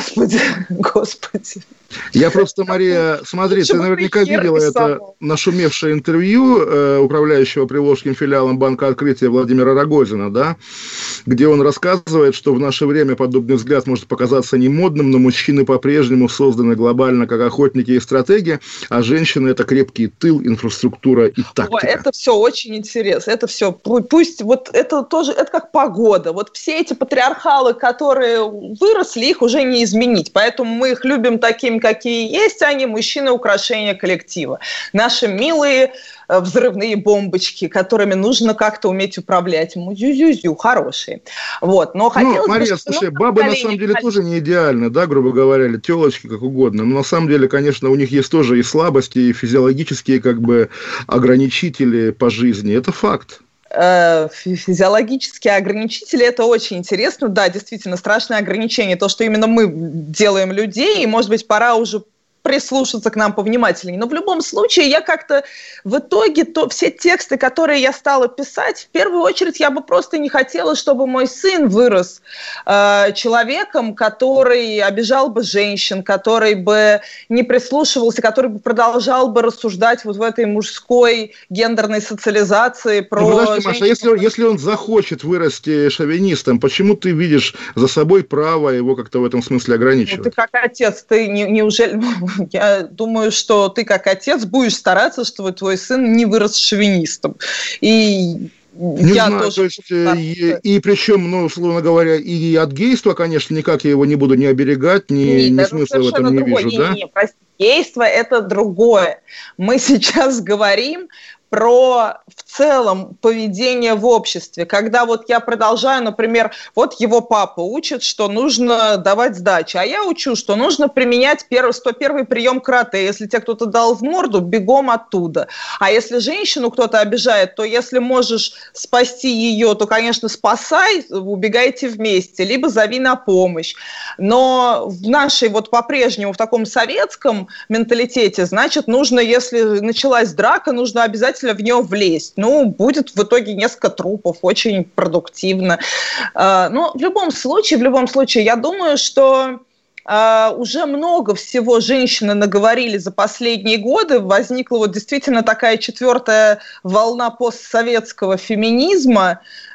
Господи. Я просто, Мария, смотри, ты наверняка видела это нашумевшее интервью управляющего Приволжским филиалом Банка Открытия Владимира Рогозина, да, где он рассказывает, что в наше время подобный взгляд может показаться немодным, но мужчины по-прежнему созданы глобально как охотники и стратеги, а женщины – это крепкий тыл, инфраструктура и тактика. Это все очень интересно. Это все, пусть, вот это тоже, это как погода. Вот все эти патриархалы, которые выросли, их уже не изменить. Поэтому мы их любим такими, какие есть они, мужчины – украшения коллектива. Наши милые взрывные бомбочки, которыми нужно как-то уметь управлять. Зю-зю-зю, хорошие. Вот. Но хотелось Мария, слушай, бабы на самом деле тоже не идеальны, да, грубо говоря, или телочки, как угодно. Но на самом деле, конечно, у них есть тоже и слабости, и физиологические как бы ограничители по жизни. Это факт. Физиологические ограничители – это очень интересно. Да, действительно, страшное ограничение. То, что именно мы делаем людей, и, может быть, пора уже прислушаться к нам повнимательнее. Но в любом случае я как-то в итоге все тексты, которые я стала писать, в первую очередь я бы просто не хотела, чтобы мой сын вырос человеком, который обижал бы женщин, который бы не прислушивался, который бы продолжал бы рассуждать вот в этой мужской гендерной социализации про подожди, Маша, если он захочет вырасти шовинистом, почему ты видишь за собой право его как-то в этом смысле ограничивать? Ты как отец, ты неужели... Я думаю, что ты как отец будешь стараться, чтобы твой сын не вырос шовинистом. И я знаю, тоже... То есть, и причем, условно говоря, и от гейства, конечно, никак я его не буду ни оберегать, ни смысла в этом не вижу, да? Нет, прости, гейство – это другое. Мы сейчас говорим про в целом поведение в обществе. Когда вот я продолжаю, например, вот его папа учит, что нужно давать сдачи, а я учу, что нужно применять 101 прием карате. Если тебе кто-то дал в морду, бегом оттуда. А если женщину кто-то обижает, то если можешь спасти ее, то, конечно, спасай, убегайте вместе, либо зови на помощь. Но в нашей вот по-прежнему в таком советском менталитете, значит, нужно, если началась драка, нужно обязательно в нее влезть. Будет в итоге несколько трупов, очень продуктивно. Но в любом случае, я думаю, что уже много всего женщины наговорили за последние годы. Возникла вот действительно такая 4-я волна постсоветского феминизма,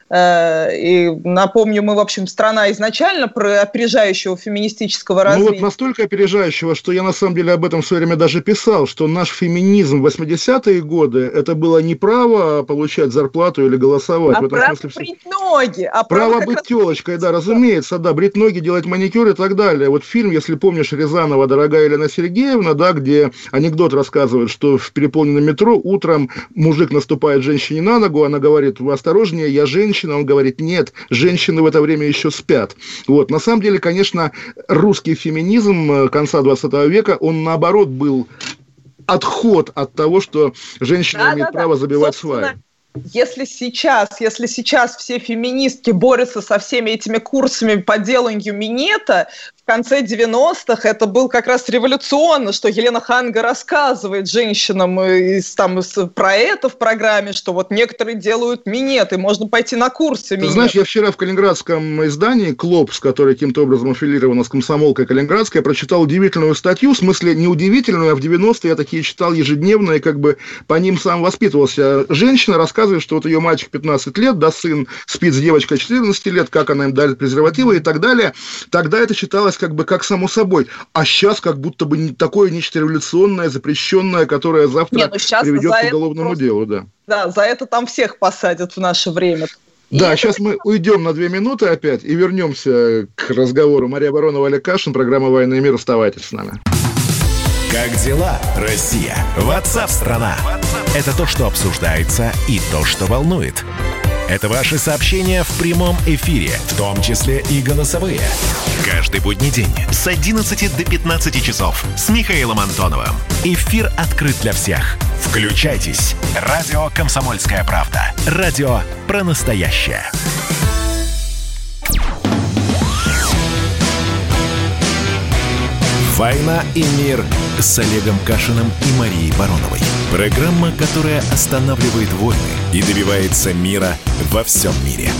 И напомню, мы, в общем, страна изначально опережающего феминистического развития. Ну вот настолько опережающего, что я на самом деле об этом в свое время даже писал, что наш феминизм в 80-е годы это было не право получать зарплату или голосовать. А право брить ноги. Право быть телочкой, да, разумеется, да, брить ноги, делать маникюр и так далее. Вот фильм, если помнишь, Рязанова «Дорогая Елена Сергеевна», да, где анекдот рассказывает, что в переполненном метро утром мужик наступает женщине на ногу, она говорит: вы осторожнее, я женщина. Он говорит: нет, женщины в это время еще спят. Вот, на самом деле, конечно, русский феминизм конца 20 века, он наоборот был отход от того, что женщина имеет право забивать сваи. Если сейчас все феминистки борются со всеми этими курсами по деланию минета, в конце 90-х это был как раз революционно, что Елена Ханга рассказывает женщинам про это в программе, что вот некоторые делают минеты, можно пойти на курсы минета. Ты знаешь, я вчера в калининградском издании «Клопс», который каким-то образом аффилирован с «Комсомолкой» калининградской, прочитал удивительную статью, в смысле не удивительную, а в 90-е я такие читал ежедневно и как бы по ним сам воспитывался. Женщина рассказывает, что вот ее мальчик 15 лет, да, сын спит с девочкой 14 лет, как она им дарит презервативы и так далее. Тогда это считалось как бы как само собой. А сейчас как будто бы такое нечто революционное, запрещенное, которое завтра приведет к уголовному делу. Да. Да, за это там всех посадят в наше время. Да, сейчас мы уйдем на 2 минуты опять и вернемся к разговору. Мария Баронова, Олег Кашин, программа «Война и мир». Оставайтесь с нами. Как дела, Россия? WhatsApp-страна! Это то, что обсуждается и то, что волнует. Это ваши сообщения в прямом эфире, в том числе и голосовые. Каждый будний день с 11 до 15 часов с Михаилом Антоновым. Эфир открыт для всех. Включайтесь. Радио «Комсомольская правда». Радио про настоящее. «Война и мир» с Олегом Кашиным и Марией Бароновой. Программа, которая останавливает войны и добивается мира во всем мире.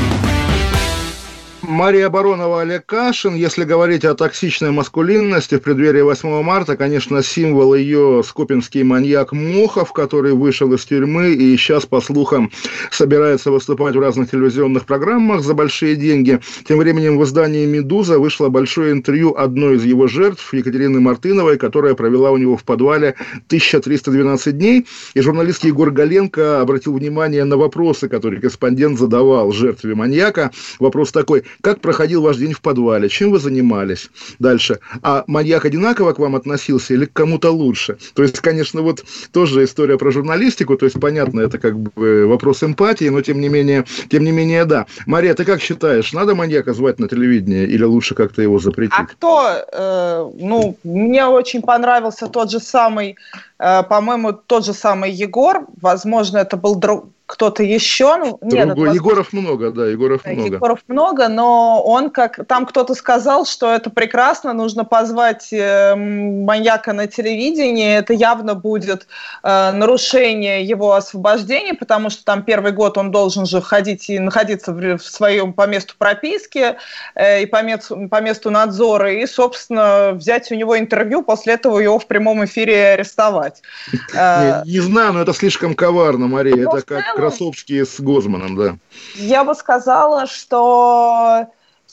Мария Баронова, Олег Кашин. Если говорить о токсичной маскулинности в преддверии 8 марта, конечно, символ ее скопинский маньяк Мохов, который вышел из тюрьмы и сейчас, по слухам, собирается выступать в разных телевизионных программах за большие деньги. Тем временем в издании «Медуза» вышло большое интервью одной из его жертв, Екатерины Мартыновой, которая провела у него в подвале 1312 дней. И журналист Егор Галенко обратил внимание на вопросы, которые корреспондент задавал жертве маньяка. Вопрос такой: как проходил ваш день в подвале? Чем вы занимались? Дальше. А маньяк одинаково к вам относился или к кому-то лучше? То есть, конечно, вот тоже история про журналистику. То есть, понятно, это как бы вопрос эмпатии, но тем не менее, да. Мария, ты как считаешь, надо маньяка звать на телевидение или лучше как-то его запретить? А кто? Мне очень понравился тот же самый, по-моему, Егор. Возможно, это был кто-то еще. Егоров много, да, Егоров много, но он там кто-то сказал, что это прекрасно, нужно позвать маньяка на телевидение, это явно будет нарушение его освобождения, потому что там первый год он должен же ходить и находиться в своем по месту прописки и по месту надзора, и, собственно, взять у него интервью, после этого его в прямом эфире арестовать. Не знаю, но это слишком коварно, Мария, это как Красовский с Гозманом, да. Я бы сказала, что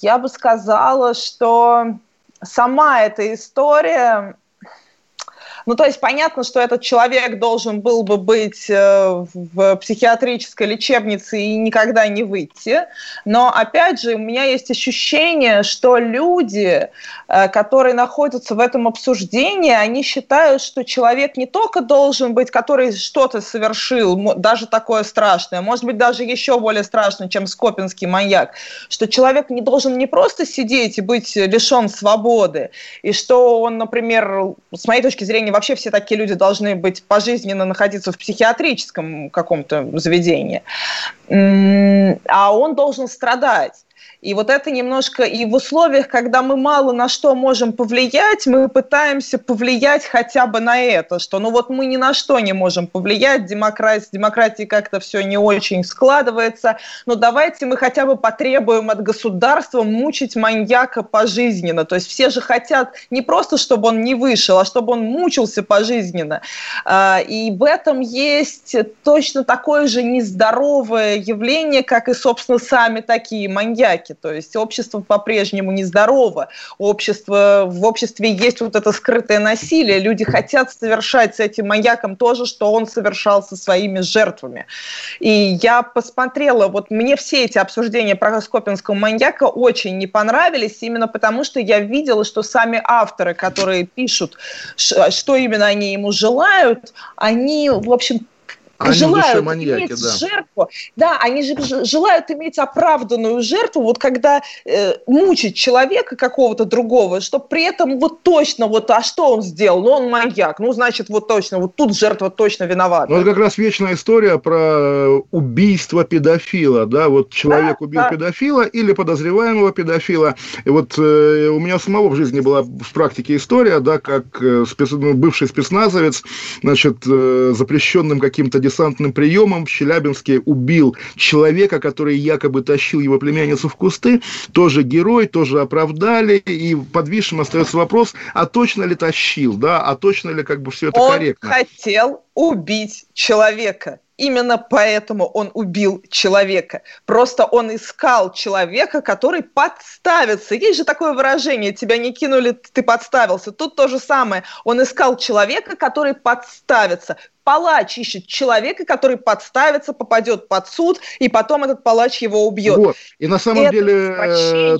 сама эта история... то есть понятно, что этот человек должен был бы быть в психиатрической лечебнице и никогда не выйти. Но, опять же, у меня есть ощущение, что люди, которые находятся в этом обсуждении, они считают, что человек не только должен быть, который что-то совершил, даже такое страшное, может быть, даже еще более страшное, чем скопинский маньяк, что человек не должен не просто сидеть и быть лишен свободы, и что он, например, с моей точки зрения, вообще все такие люди должны быть пожизненно находиться в психиатрическом каком-то заведении. А он должен страдать. И вот это немножко, и в условиях, когда мы мало на что можем повлиять, мы пытаемся повлиять хотя бы на это, что ну вот мы ни на что не можем повлиять, демократии как-то все не очень складывается, но давайте мы хотя бы потребуем от государства мучить маньяка пожизненно. То есть все же хотят не просто, чтобы он не вышел, а чтобы он мучился пожизненно. И в этом есть точно такое же нездоровое явление, как и, собственно, сами такие маньяки. То есть общество по-прежнему нездорово. В обществе есть вот это скрытое насилие. Люди хотят совершать с этим маньяком то же, что он совершал со своими жертвами. И я посмотрела, вот мне все эти обсуждения про скопинского маньяка очень не понравились, именно потому что я видела, что сами авторы, которые пишут, что именно они ему желают, они, в общем, желают иметь жертву. Да, они же желают иметь оправданную жертву, вот когда мучить человека какого-то другого, чтобы при этом вот точно, вот, а что он сделал? Ну, он маньяк, ну, значит, вот точно, вот тут жертва точно виновата. Ну, это как раз вечная история про убийство педофила, да, вот человек убил педофила или подозреваемого педофила. И вот у меня самого в жизни была в практике история, да, как бывший спецназовец, значит, запрещенным каким-то десантным приемом в Челябинске убил человека, который якобы тащил его племянницу в кусты. Тоже герой, тоже оправдали. И подвисшим остается вопрос, а точно ли тащил, да, а точно ли как бы все это корректно. Он хотел убить человека. Именно поэтому он убил человека. Просто он искал человека, который подставится. Есть же такое выражение: тебя не кинули, ты подставился. Тут то же самое. Он искал человека, который подставится. Палач ищет человека, который подставится, попадет под суд, и потом этот палач его убьет. Вот. И на самом деле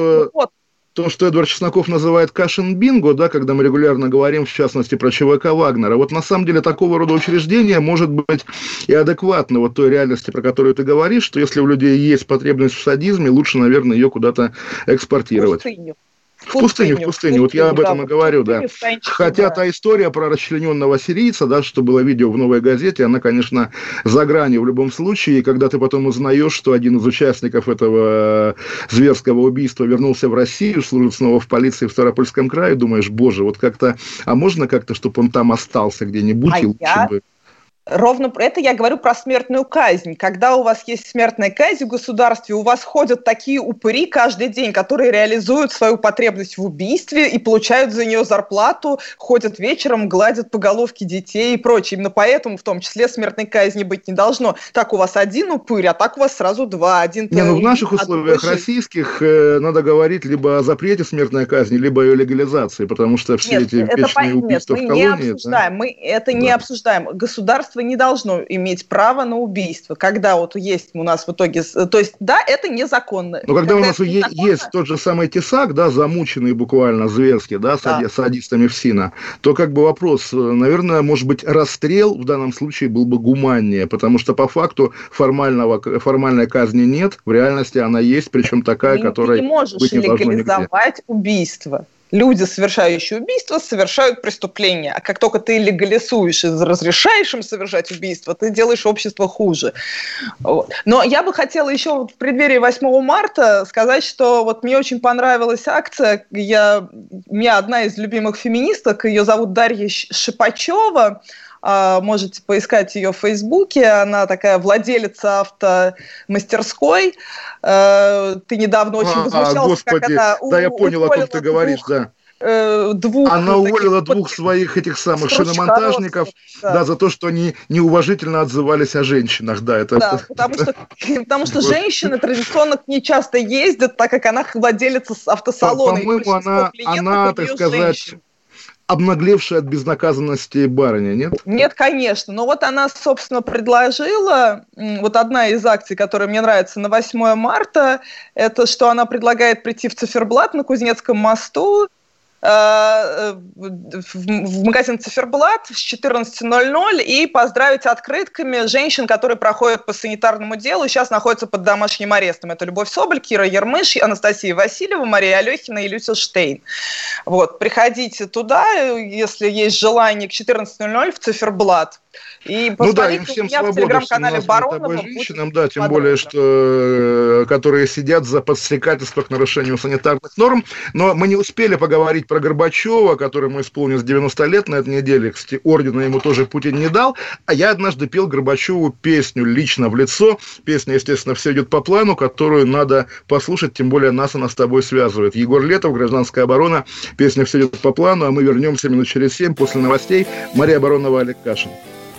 то, что Эдвард Чесноков называет Кашин-бинго, да, когда мы регулярно говорим, в частности, про ЧВК Вагнера, вот на самом деле такого рода учреждение может быть и адекватно вот той реальности, про которую ты говоришь, что если у людей есть потребность в садизме, лучше, наверное, ее куда-то экспортировать. В пустыню. Вот я об этом и говорю, да. Хотя та история про расчлененного сирийца, да, что было видео в «Новой газете», она, конечно, за гранью в любом случае. И когда ты потом узнаешь, что один из участников этого зверского убийства вернулся в Россию, служит снова в полиции в Ставропольском крае, думаешь, боже, вот как-то, а можно как-то, чтобы он там остался где-нибудь, и лучше бы... Ровно это я говорю про смертную казнь. Когда у вас есть смертная казнь в государстве, у вас ходят такие упыри каждый день, которые реализуют свою потребность в убийстве и получают за нее зарплату, ходят вечером, гладят по головке детей и прочее. Именно поэтому в том числе смертной казни быть не должно. Так у вас один упырь, а так у вас сразу два. В наших условиях российских надо говорить либо о запрете смертной казни, либо о ее легализации, потому что все эти вечные убийства в колонии... Мы это не обсуждаем. Государство не должно иметь право на убийство. Когда вот есть у нас в итоге... То есть, да, это незаконно. Но когда у нас есть тот же самый Тесак, да, замученный буквально зверски, да, садистами ФСИНа, то как бы вопрос, наверное, может быть, расстрел в данном случае был бы гуманнее, потому что по факту формальной казни нет, в реальности она есть, причем такая, которая... Ты не можешь легализовать убийство. Люди, совершающие убийство, совершают преступления. А как только ты легализуешь и разрешаешь им совершать убийство, ты делаешь общество хуже. Вот. Но я бы хотела еще в преддверии 8 марта сказать, что вот мне очень понравилась акция. У меня одна из любимых феминисток, ее зовут Дарья Шипачева. Можете поискать ее в Фейсбуке. Она такая владелица автомастерской. Ты недавно очень возмущался, как она я понял, о ком ты говоришь, да. Она уволила двух своих этих самых шиномонтажников, да, за то, что они неуважительно отзывались о женщинах. Да, потому что женщины традиционно к ней часто ездят, так как она владелица автосалона. По-моему, она, так сказать... обнаглевшая от безнаказанности барыня, нет? Нет, конечно. Но вот она, собственно, предложила, вот одна из акций, которая мне нравится на 8 марта, это что она предлагает прийти в Циферблат на Кузнецком мосту, в магазин «Циферблат» с 14:00 и поздравить открытками женщин, которые проходят по санитарному делу и сейчас находятся под домашним арестом. Это Любовь Соболь, Кира Ермыш, Анастасия Васильева, Мария Алехина и Люся Штейн. Вот, приходите туда, если есть желание, к 14:00 в «Циферблат». И посмотрите, им у меня свободу, в телеграм-канале Баронова женщинам, да, тем более, что которые сидят за подстрекательство к нарушению санитарных норм. Но мы не успели поговорить про Горбачева, которому исполнилось 90 лет на этой неделе. Кстати, ордена ему тоже Путин не дал. А я однажды пел Горбачеву песню лично в лицо. Песня, естественно, «Все идет по плану», которую надо послушать, тем более нас она с тобой связывает. Егор Летов, «Гражданская оборона», песня «Все идет по плану», а мы вернемся минут через 7 после новостей. Мария Баронова, Олег Кашин.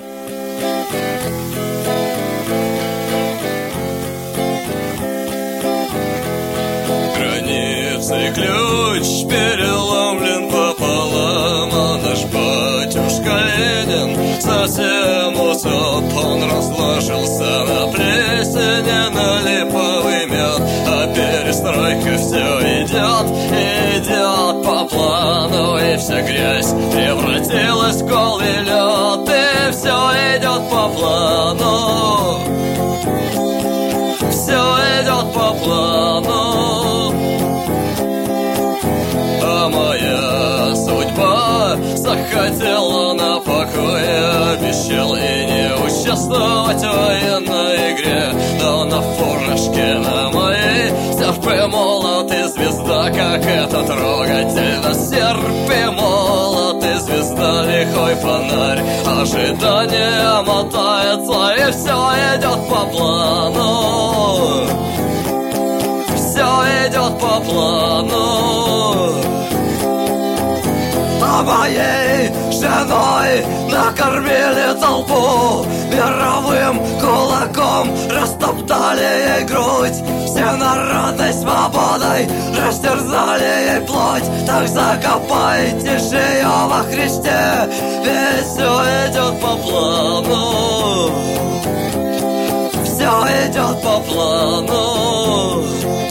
Границы ключ переломлен пополам, а наш батюшка Ленин совсем усоп. Он разложился на плесени, на липовый мед, а перестройка все идет по плану, и вся грязь превратилась в голый лед, и все идет по плану, все идет по плану. А моя судьба захотела на покое, обещал и не участвовать в военной игре, но на фуражке на моей серп и молот и звезда, как это трогательно. Серп и молот и звезда, лихой фонарь, ожидание мотается, и все идет по плану, все идет по плану. А моей женой накормили толпу, мировым кулаком растоптали ей грудь, все народной свободой растерзали ей плоть. Так закопайте же ее во Христе, ведь все идет по плану, все идет по плану.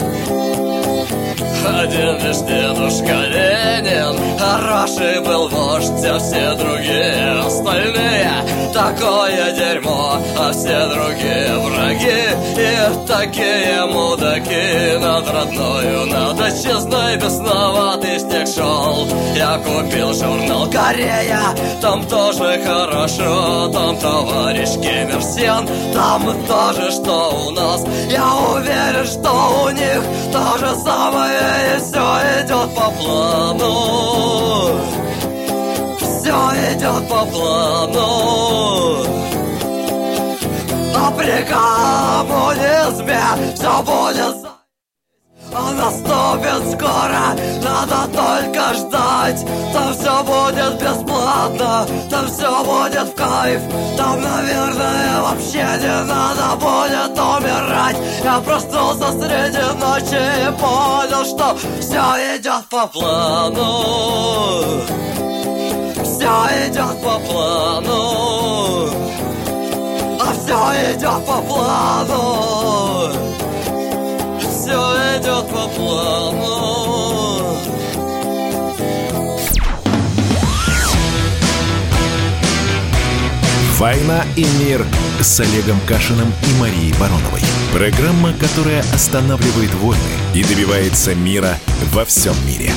Один лишь дедушка Ленин хороший был вождь, а все другие остальные такое дерьмо, а все другие враги и такие мудаки. Над родною, над отчизной бесноватый снег шел. Я купил журнал «Корея», там тоже хорошо, там товарищ Ким Ир Сен, там тоже что у нас. Я уверен, что у них то же самое, и все идет по плану, все идет по плану. А при коммунизме все будет, он наступит скоро, надо только ждать. Там все будет бесплатно, там все будет в кайф, там, наверное, вообще не надо будет умирать. Я проснулся среди ночи и понял, что все идет по плану, все идет по плану, а все идет по плану, все идет по плану. «Война и мир» с Олегом Кашиным и Марией Бароновой. Программа, которая останавливает войны и добивается мира во всем мире.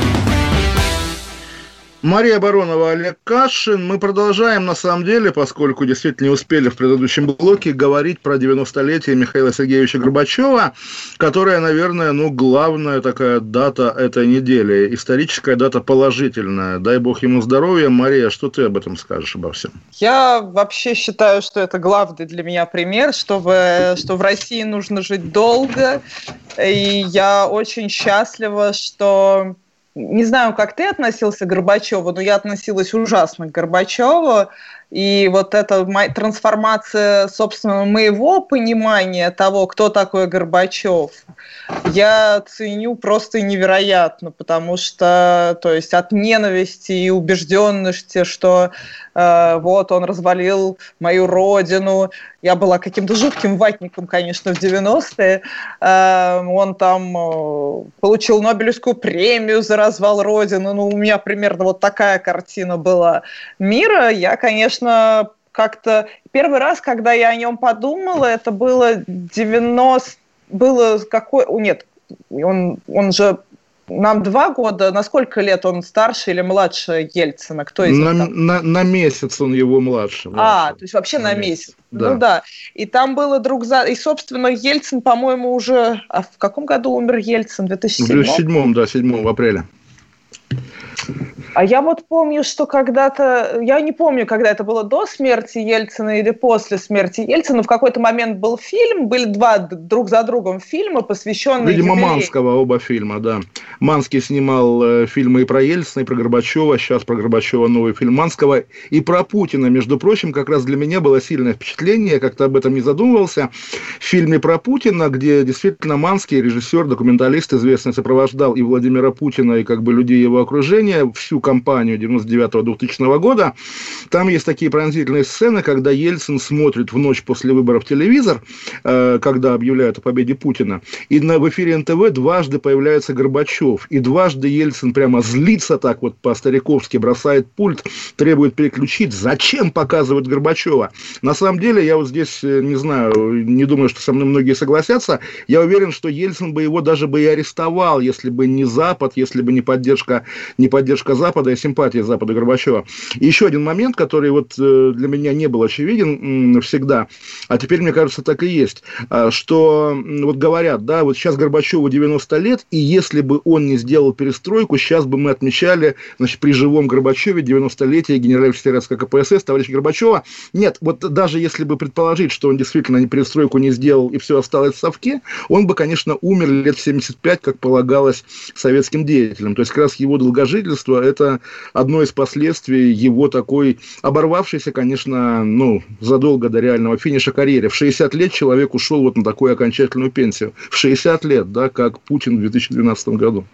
Мария Баронова, Олег Кашин. Мы продолжаем, на самом деле, поскольку действительно не успели в предыдущем блоке говорить про 90-летие Михаила Сергеевича Горбачева, которая, наверное, главная такая дата этой недели, историческая дата положительная. Дай бог ему здоровья. Мария, что ты об этом скажешь обо всем? Я вообще считаю, что это главный для меня пример, что в России нужно жить долго, и я очень счастлива, что... Не знаю, как ты относился к Горбачеву, но я относилась ужасно к Горбачеву. И вот эта трансформация, собственно, моего понимания того, кто такой Горбачев, я ценю просто невероятно, потому что, то есть, от ненависти и убежденности, что вот он развалил мою родину. Я была каким-то жутким ватником, конечно, в 90-е. Он там получил Нобелевскую премию за развал родины. У меня примерно вот такая картина была мира. Я, конечно, как-то... Первый раз, когда я о нем подумала, это было 90... Было какой... Нет, он же нам 2 года. На сколько лет он старше или младше Ельцина? Кто из них там? На месяц он его младше. То есть вообще на месяц. Да. Ну да. И там было И, собственно, Ельцин, по-моему, уже... А в каком году умер Ельцин? В 2007? В 2007, да, 7 апреля. А я вот помню, что когда-то... Я не помню, когда это было, до смерти Ельцина или после смерти Ельцина. В какой-то момент был фильм, были 2 друг за другом фильма, посвященные Видимо, юбилею. Манского оба фильма, да. Манский снимал фильмы и про Ельцина, и про Горбачева. Сейчас про Горбачева новый фильм Манского. И про Путина, между прочим, как раз для меня было сильное впечатление, я как-то об этом не задумывался. В фильме про Путина, где действительно Манский, режиссер, документалист известный, сопровождал и Владимира Путина, и как бы людей его окружения, всю кампанию 99-2000 года. Там есть такие пронзительные сцены, когда Ельцин смотрит в ночь после выборов телевизор, когда объявляют о победе Путина, и в эфире НТВ дважды появляется Горбачев, и дважды Ельцин прямо злится так вот по-стариковски, бросает пульт, требует переключить. Зачем показывают Горбачева? На самом деле, я вот здесь, не знаю, не думаю, что со мной многие согласятся, я уверен, что Ельцин бы его даже бы и арестовал, если бы не Запад, если бы не поддержка Запада и симпатия Запада Горбачева. И еще один момент, который вот для меня не был очевиден всегда, а теперь, мне кажется, так и есть, что вот говорят, да, вот сейчас Горбачеву 90 лет, и если бы он не сделал перестройку, сейчас бы мы отмечали, значит, при живом Горбачеве 90-летие генерального секретаря КПСС, товарища Горбачева. Нет, вот даже если бы предположить, что он действительно перестройку не сделал и все осталось в совке, он бы, конечно, умер лет в 75, как полагалось советским деятелям. То есть, как раз его долгожительство – это одно из последствий его такой оборвавшейся, конечно, задолго до реального финиша карьеры. В 60 лет человек ушел вот на такую окончательную пенсию. В 60 лет, да, как Путин в 2012 году.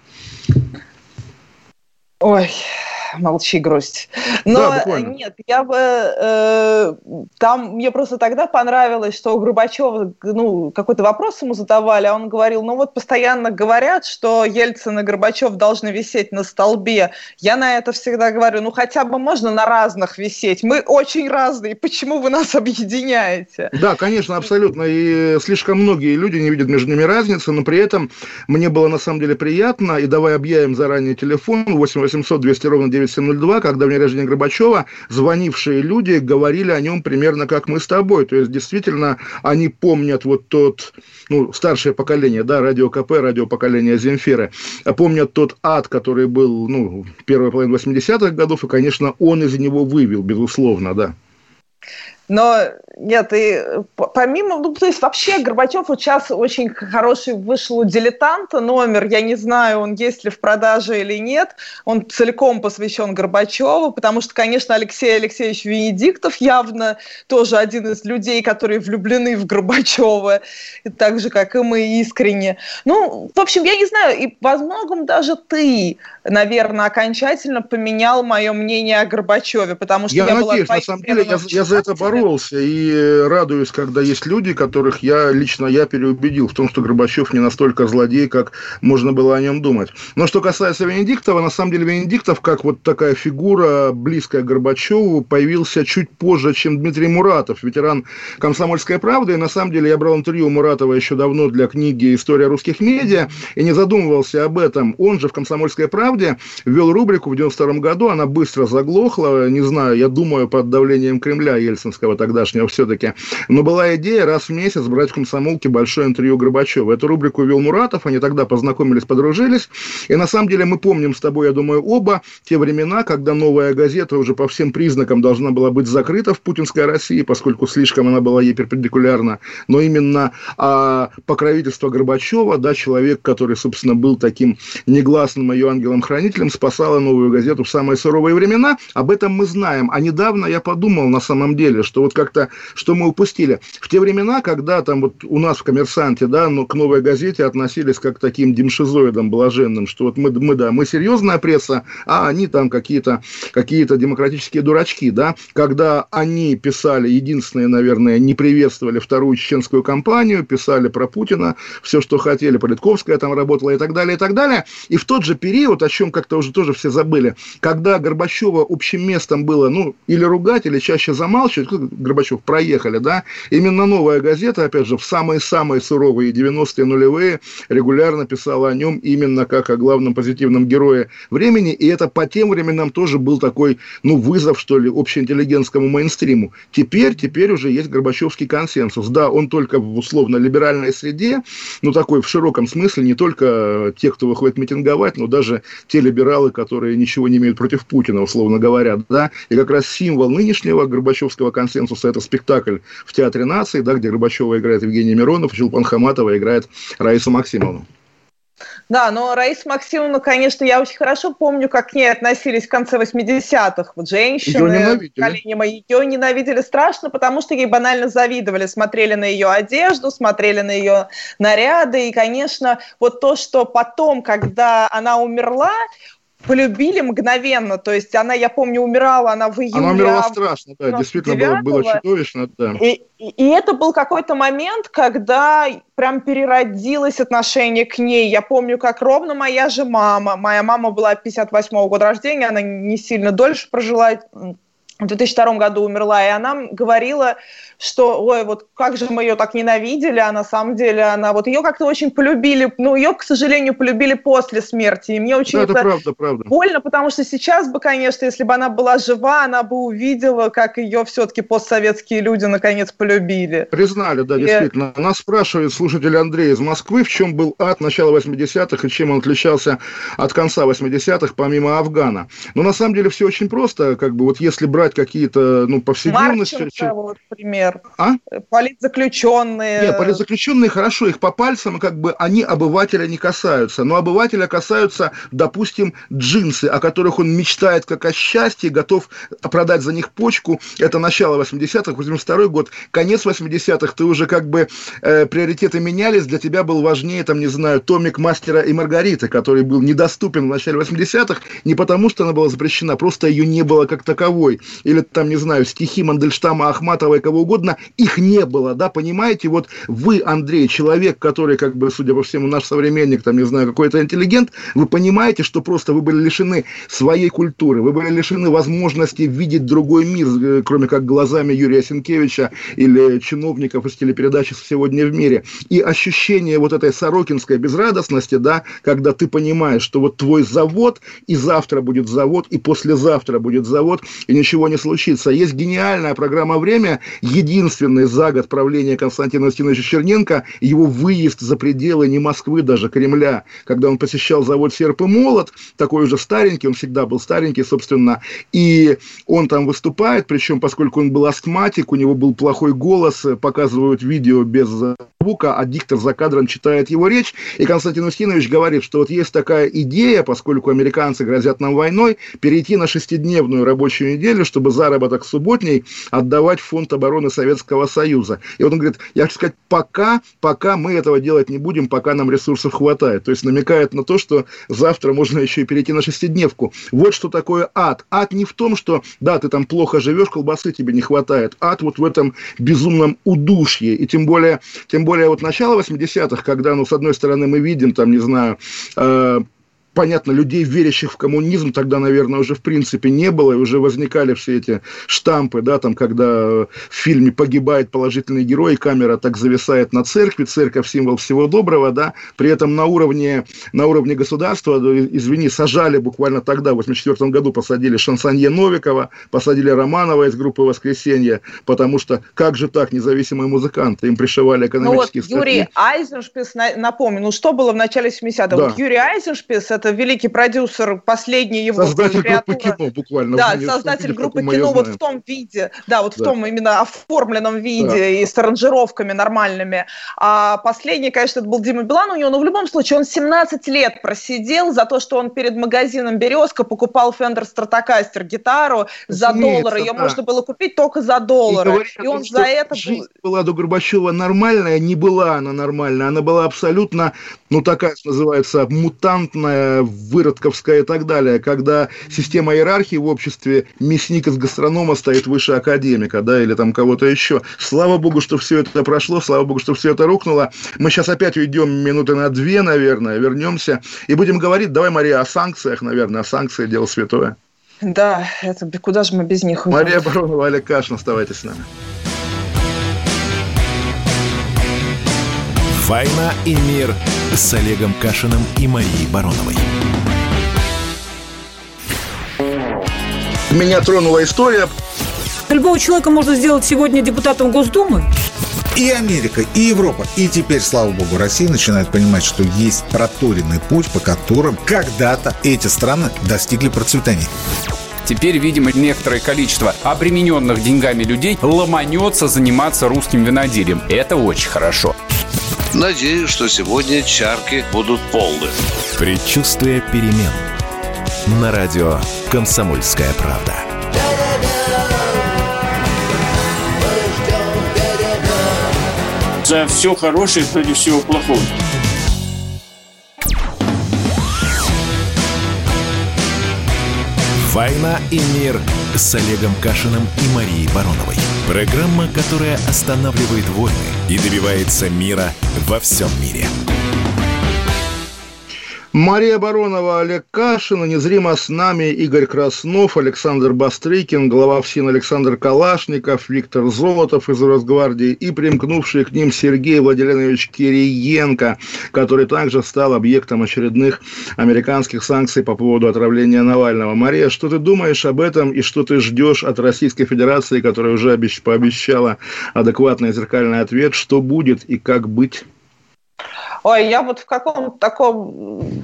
Ой, молчи, грусть. Но да, нет, я бы... там мне просто тогда понравилось, что у Горбачева какой-то вопрос ему задавали, а он говорил, вот постоянно говорят, что Ельцин и Горбачев должны висеть на столбе. Я на это всегда говорю, хотя бы можно на разных висеть. Мы очень разные, почему вы нас объединяете? Да, конечно, абсолютно. И слишком многие люди не видят между ними разницы, но при этом мне было на самом деле приятно, и давай объявим заранее телефон 8 800 200 ровно 9702, когда в день рождения Горбачева звонившие люди говорили о нем примерно как мы с тобой. То есть, действительно, они помнят вот тот, старшее поколение, да, радио КП, радиопоколение Земфиры, помнят тот ад, который был, первая половина 80-х годов, и, конечно, он из него вывел, безусловно, да. Но нет, и помимо, то есть вообще Горбачев вот сейчас очень хороший вышел у «Дилетанта» номер, я не знаю, он есть ли в продаже или нет, он целиком посвящен Горбачеву, потому что, конечно, Алексей Алексеевич Венедиктов явно тоже один из людей, которые влюблены в Горбачева, и так же, как и мы, искренне. В общем, я не знаю, и во многом даже ты, наверное, окончательно поменял мое мнение о Горбачеве, потому что я надеюсь, была... на самом деле, я за это боролся, и радуюсь, когда есть люди, которых я переубедил в том, что Горбачев не настолько злодей, как можно было о нем думать. Но что касается Венедиктова, на самом деле Венедиктов, как вот такая фигура, близкая к Горбачеву, появился чуть позже, чем Дмитрий Муратов, ветеран «Комсомольской правды», и на самом деле я брал интервью у Муратова еще давно для книги «История русских медиа», и не задумывался об этом. Он же в «Комсомольской правде» ввел рубрику в 92 году, она быстро заглохла, не знаю, я думаю, под давлением Кремля ельцинского тогдашнего все-таки. Но была идея раз в месяц брать в «Комсомолке» большое интервью Горбачева. Эту рубрику вел Муратов, они тогда познакомились, подружились. И на самом деле мы помним с тобой, я думаю, оба те времена, когда «Новая газета» уже по всем признакам должна была быть закрыта в путинской России, поскольку слишком она была ей перпендикулярна. Но именно покровительство Горбачева, да, человек, который, собственно, был таким негласным ее ангелом-хранителем, спасала «Новую газету» в самые суровые времена. Об этом мы знаем. А недавно я подумал, на самом деле, что вот как-то, что мы упустили. В те времена, когда там вот у нас в «Коммерсанте», да, к «Новой газете» относились как к таким демшизоидам блаженным, что вот мы серьезная пресса, а они там какие-то демократические дурачки, да, когда они писали, единственные, наверное, не приветствовали вторую чеченскую кампанию, писали про Путина, все, что хотели, Политковская там работала и так далее, и так далее. И в тот же период, о чем как-то уже тоже все забыли, когда Горбачева общим местом было, или ругать, или чаще замалчивать, Горбачев, проехали, да, именно «Новая газета», опять же, в самые-самые суровые 90-е нулевые регулярно писала о нем именно как о главном позитивном герое времени, и это по тем временам тоже был такой, вызов, что ли, общеинтеллигентскому мейнстриму. Теперь уже есть горбачевский консенсус. Да, он только в условно-либеральной среде, такой в широком смысле, не только те, кто выходит митинговать, но даже те либералы, которые ничего не имеют против Путина, условно говоря, да, и как раз символ нынешнего горбачевского консенсуса – это спектакль в Театре нации, да, где Горбачева играет Евгений Миронов, Чулпан Хаматова играет Раису Максимовну. Да, но Раиса Максимовна, конечно, я очень хорошо помню, как к ней относились в конце 80-х. Вот женщины, поколение мои, ее ненавидели страшно, потому что ей банально завидовали, смотрели на ее одежду, смотрели на ее наряды. И, конечно, вот то, что потом, когда она умерла, полюбили мгновенно, то есть она, я помню, умирала, она в июле. Она умерла страшно, да, действительно было чудовищно, да. И это был какой-то момент, когда прям переродилось отношение к ней. Я помню, как ровно моя мама была 58-го года рождения, она не сильно дольше прожила, в 2002 году умерла, и она говорила, что, ой, вот как же мы ее так ненавидели, а на самом деле вот ее как-то очень полюбили, ее, к сожалению, полюбили после смерти, и мне очень это правда. больно, потому что сейчас бы, конечно, если бы она была жива, она бы увидела, как ее все-таки постсоветские люди наконец полюбили. Признали, да, действительно. Нас спрашивает слушатель Андрей из Москвы, в чем был ад начала 80-х и чем он отличался от конца 80-х, помимо Афгана. Но на самом деле все очень просто, вот если брать какие-то, повседневности... Марченко, вот, пример. Политзаключенные. Нет, политзаключенные, хорошо, их по пальцам, они обывателя не касаются. Но обывателя касаются, допустим, джинсы, о которых он мечтает как о счастье, готов продать за них почку. Это начало 80-х, 82-й год. Конец 80-х, ты уже приоритеты менялись, для тебя был важнее, томик «Мастера и Маргариты», который был недоступен в начале 80-х, не потому, что она была запрещена, просто ее не было как таковой. Или стихи Мандельштама, Ахматова и кого угодно, их не было, да, понимаете? Вот вы, Андрей, человек, который, судя по всему, наш современник, какой-то интеллигент, вы понимаете, что просто вы были лишены своей культуры, вы были лишены возможности видеть другой мир, кроме как глазами Юрия Сенкевича или чиновников из телепередачи «Сегодня в мире». И ощущение вот этой сорокинской безрадостности, да, когда ты понимаешь, что вот твой завод, и завтра будет завод, и послезавтра будет завод, и ничего не случится. Есть гениальная программа «Время», единственный за год правления Константина Устиновича Черненко, его выезд за пределы не Москвы, даже Кремля, когда он посещал завод «Серп и молот», такой уже старенький, он всегда был старенький, собственно, и он там выступает, причем, поскольку он был астматик, у него был плохой голос, показывают видео без звука, а диктор за кадром читает его речь, и Константин Устинович говорит, что вот есть такая идея, поскольку американцы грозят нам войной, перейти на 6-дневную рабочую неделю, чтобы заработок субботний отдавать в фонд обороны Советского Союза. И вот он говорит, я хочу сказать, пока мы этого делать не будем, пока нам ресурсов хватает. То есть намекает на то, что завтра можно еще и перейти на 6-дневку. Вот что такое ад. Ад не в том, что, да, ты там плохо живешь, колбасы тебе не хватает. Ад вот в этом безумном удушье. И тем более вот начало 80-х, когда, с одной стороны, мы видим, понятно, людей, верящих в коммунизм, тогда, наверное, уже в принципе не было, и уже возникали все эти штампы, да, когда в фильме погибает положительный герой, камера так зависает на церкви, церковь символ всего доброго, да, при этом на уровне государства, извини, сажали буквально тогда, в 84 году посадили шансонье Новикова, посадили Романова из группы «Воскресенье», потому что, как же так, независимые музыканты, им пришивали экономические статьи. Юрий Айзеншпис, напомню, что было в начале 70-х? Да. Вот Юрий Айзеншпис, это великий продюсер, последний его... Создатель группы кино, буквально. Да, создатель группы кино вот в том виде, в том именно оформленном виде и с аранжировками нормальными. А последний, конечно, это был Дима Билан у него, но в любом случае он 17 лет просидел за то, что он перед магазином «Березка» покупал Fender Stratocaster гитару за $1. Ее можно было купить только за $1. И он за это... Жизнь была до Горбачева нормальная, не была она нормальная, она была абсолютно, такая, что называется, мутантная, выродковская и так далее, когда система иерархии в обществе, мясник из гастронома стоит выше академика, да, или там кого-то еще. Слава богу, что все это прошло, слава богу, что все это рухнуло. Мы сейчас опять уйдем минуты на 2, наверное, вернемся и будем говорить, давай, Мария, о санкциях, наверное, о санкциях, дело святое. Да, это куда же мы без них уйдем? Мария Баронова, Олег Кашин, оставайтесь с нами. «Война и мир» с Олегом Кашиным и Марией Бароновой. Меня тронула история. Любого человека можно сделать сегодня депутатом Госдумы. И Америка, и Европа, и теперь, слава богу, Россия начинает понимать, что есть проторенный путь, по которым когда-то эти страны достигли процветания. Теперь, видимо, некоторое количество обремененных деньгами людей ломанется заниматься русским виноделием. Это очень хорошо. Надеюсь, что сегодня чарки будут полны. Предчувствие перемен. На радио «Комсомольская правда». За все хорошее против всего плохого. «Война и мир» с Олегом Кашиным и Марией Бароновой. Программа, которая останавливает войны и добивается мира во всем мире. Мария Баронова, Олег Кашин, незримо с нами Игорь Краснов, Александр Бастрыкин, глава ФСИН Александр Калашников, Виктор Золотов из Росгвардии и примкнувший к ним Сергей Владимирович Кириенко, который также стал объектом очередных американских санкций по поводу отравления Навального. Мария, что ты думаешь об этом и что ты ждешь от Российской Федерации, которая уже пообещала адекватный зеркальный ответ, что будет и как быть? Ой, я вот в каком-то таком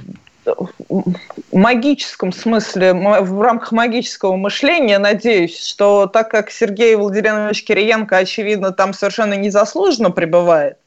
магическом смысле, в рамках магического мышления надеюсь, что так как Сергей Владимирович Кириенко, очевидно, там совершенно незаслуженно пребывает,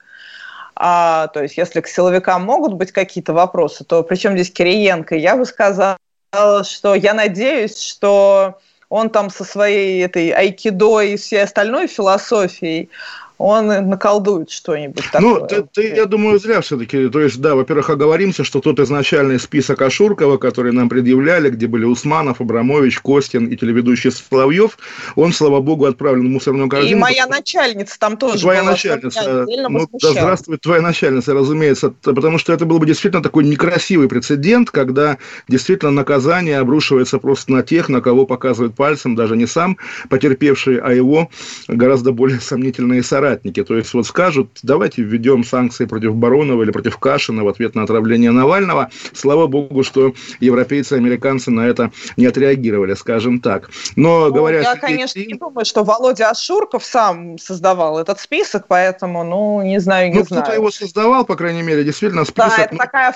то есть если к силовикам могут быть какие-то вопросы, то при чем здесь Кириенко? Я бы сказала, что я надеюсь, что он там со своей этой айкидо и всей остальной философией он наколдует что-нибудь такое. Ну, я думаю, зря все-таки. То есть, да, во-первых, оговоримся, что тот изначальный список Ашуркова, который нам предъявляли, где были Усманов, Абрамович, Костин и телеведущий Соловьев, он, слава богу, отправлен в мусорную корзину. И моя начальница там тоже твоя была. Начальница. Ну, да здравствует твоя начальница, разумеется. Потому что это был бы действительно такой некрасивый прецедент, когда действительно наказание обрушивается просто на тех, на кого показывают пальцем, даже не сам потерпевший, а его гораздо более сомнительные соратники. То есть вот скажут, давайте введем санкции против Баронова или против Кашина в ответ на отравление Навального. Слава богу, что европейцы и американцы на это не отреагировали, скажем так. Но говоря... Я, конечно, не думаю, что Володя Ашурков сам создавал этот список, поэтому, не знаю. Кто-то его создавал, по крайней мере, действительно список... Да,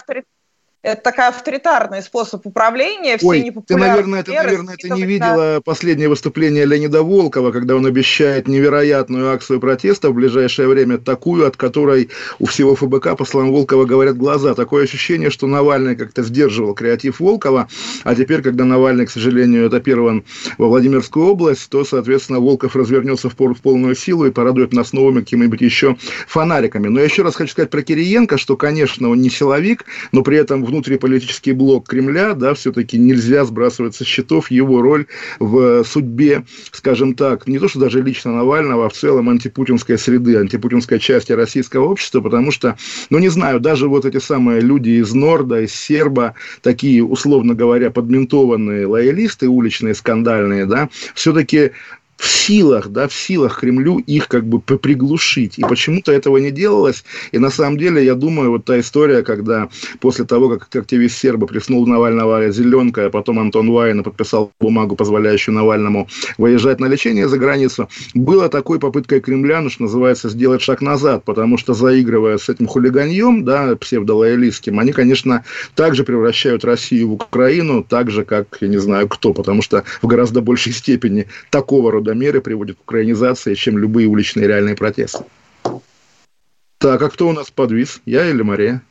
это такой авторитарный способ управления, все непопулярные. Ты, наверное, не видела последнее выступление Леонида Волкова, когда он обещает невероятную акцию протеста в ближайшее время, такую, от которой у всего ФБК, по словам Волкова, говорят глаза. Такое ощущение, что Навальный как-то сдерживал креатив Волкова, а теперь, когда Навальный, к сожалению, этапирован во Владимирскую область, то, соответственно, Волков развернется в полную силу и порадует нас новыми какими-нибудь еще фонариками. Но я еще раз хочу сказать про Кириенко, что, конечно, он не силовик, но при этом внутриполитический блок Кремля, да, все-таки нельзя сбрасывать со счетов его роль в судьбе, скажем так, не то что даже лично Навального, а в целом антипутинской среды, антипутинской части российского общества, потому что, не знаю, даже вот эти самые люди из Норда, из Серба, такие, условно говоря, подментованные лоялисты, уличные, скандальные, да, все-таки в силах Кремлю их как бы приглушить. И почему-то этого не делалось. И на самом деле, я думаю, вот та история, когда после того, как активист серба плеснул в Навального зеленкой, а потом Антон Вайна подписал бумагу, позволяющую Навальному выезжать на лечение за границу, было такой попыткой Кремля, что называется, сделать шаг назад, потому что, заигрывая с этим хулиганьем, да, псевдолоялистским, они, конечно, также превращают Россию в Украину, так же, как, я не знаю кто, потому что в гораздо большей степени такого рода меры приводят к украинизации, чем любые уличные реальные протесты. Так, а кто у нас подвис? Я или Мария?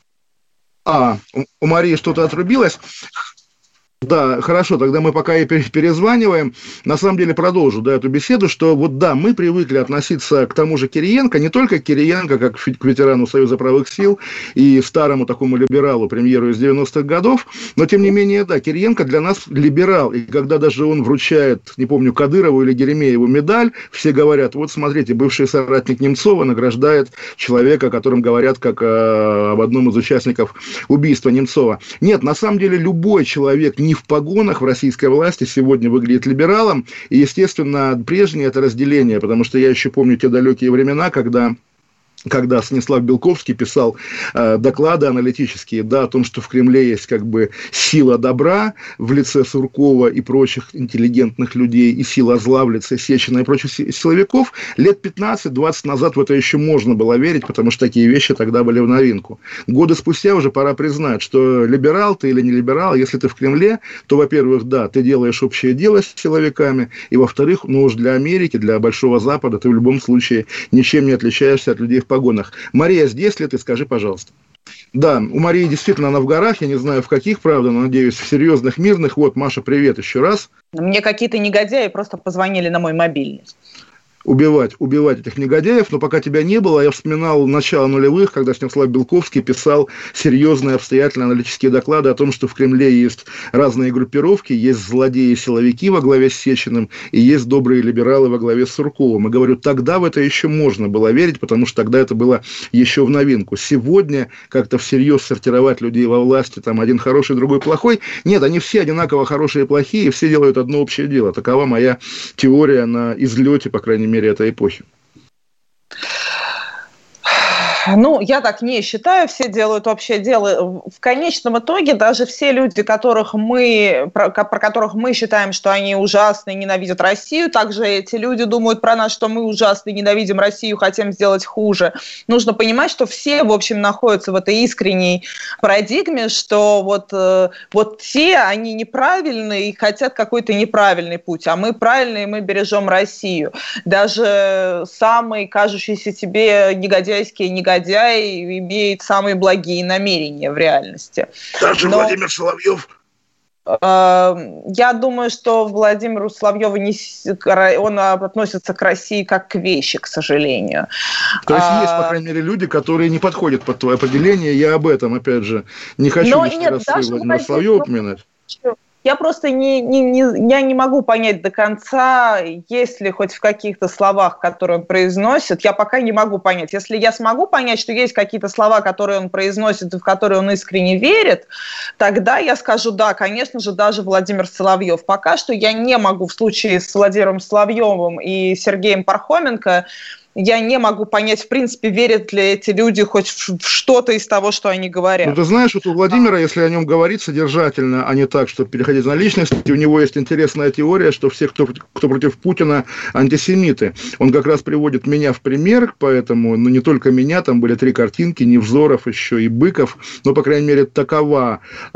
У Марии что-то отрубилось. Да, хорошо, тогда мы пока и перезваниваем. На самом деле продолжу, эту беседу, что мы привыкли относиться к тому же Кириенко, не только к Кириенко, как к ветерану Союза правых сил и старому такому либералу, премьеру из 90-х годов, но тем не менее, Кириенко для нас либерал, и когда даже он вручает, не помню, Кадырову или Еремееву медаль, все говорят, вот смотрите, бывший соратник Немцова награждает человека, о котором говорят как об одном из участников убийства Немцова. Нет, на самом деле любой человек, не не в погонах в российской власти сегодня выглядит либералом. И, естественно, прежнее это разделение, потому что я еще помню те далекие времена, когда Станислав Белковский писал доклады аналитические, да, о том, что в Кремле есть как бы сила добра в лице Суркова и прочих интеллигентных людей, и сила зла в лице Сечина и прочих силовиков, лет 15-20 назад в это еще можно было верить, потому что такие вещи тогда были в новинку. Годы спустя уже пора признать, что либерал ты или не либерал, если ты в Кремле, то, во-первых, да, ты делаешь общее дело с силовиками, и, во-вторых, ну уж для Америки, для Большого Запада ты в любом случае ничем не отличаешься от людей в погонах. Мария, здесь ли ты? Скажи, пожалуйста. Да, у Марии действительно она в горах, я не знаю в каких, правда, но, надеюсь, в серьезных, мирных. Вот, Маша, привет еще раз. Мне какие-то негодяи просто позвонили на мой мобильный. Убивать этих негодяев, но пока тебя не было, я вспоминал начало нулевых, когда Станислав Белковский писал серьезные обстоятельные аналитические доклады о том, что в Кремле есть разные группировки, есть злодеи-силовики во главе с Сечиным, и есть добрые либералы во главе с Сурковым. И говорю, тогда в это еще можно было верить, потому что тогда это было еще в новинку. Сегодня как-то всерьез сортировать людей во власти, там один хороший, другой плохой, нет, они все одинаково хорошие и плохие, все делают одно общее дело. Такова моя теория на излете, по крайней мере, этой эпохи. Ну, я так не считаю, все делают общее дело. В конечном итоге даже все люди, про которых мы считаем, что они ужасные, ненавидят Россию, также эти люди думают про нас, что мы ужасные, ненавидим Россию, хотим сделать хуже. Нужно понимать, что все, в общем, находятся в этой искренней парадигме, что вот те, они неправильные и хотят какой-то неправильный путь, а мы правильные, мы бережем Россию. Даже самый кажущийся тебе негодяй имеет самые благие намерения в реальности. Даже Владимир Соловьев? Я думаю, что Владимиру Соловьеву он относится к России как к вещи, к сожалению. То есть есть, по крайней мере, люди, которые не подходят под твое определение. Я об этом, опять же, не хочу лишний раз Владимира Соловьева упоминать. Я просто не могу понять до конца, есть ли хоть в каких-то словах, которые он произносит, я пока не могу понять. Если я смогу понять, что есть какие-то слова, которые он произносит и в которые он искренне верит, тогда я скажу, да, конечно же, даже Владимир Соловьев. Пока что я не могу в случае с Владимиром Соловьевым и Сергеем Пархоменко, я не могу понять, в принципе, верят ли эти люди хоть в что-то из того, что они говорят. Ну, ты знаешь, вот у Владимира, если о нем говорить содержательно, а не так, чтобы переходить на личности, у него есть интересная теория, что все, кто против Путина, антисемиты. Он как раз приводит меня в пример, поэтому, ну, не только меня, там были 3 картинки, Невзоров еще и Быков, но, по крайней мере, такова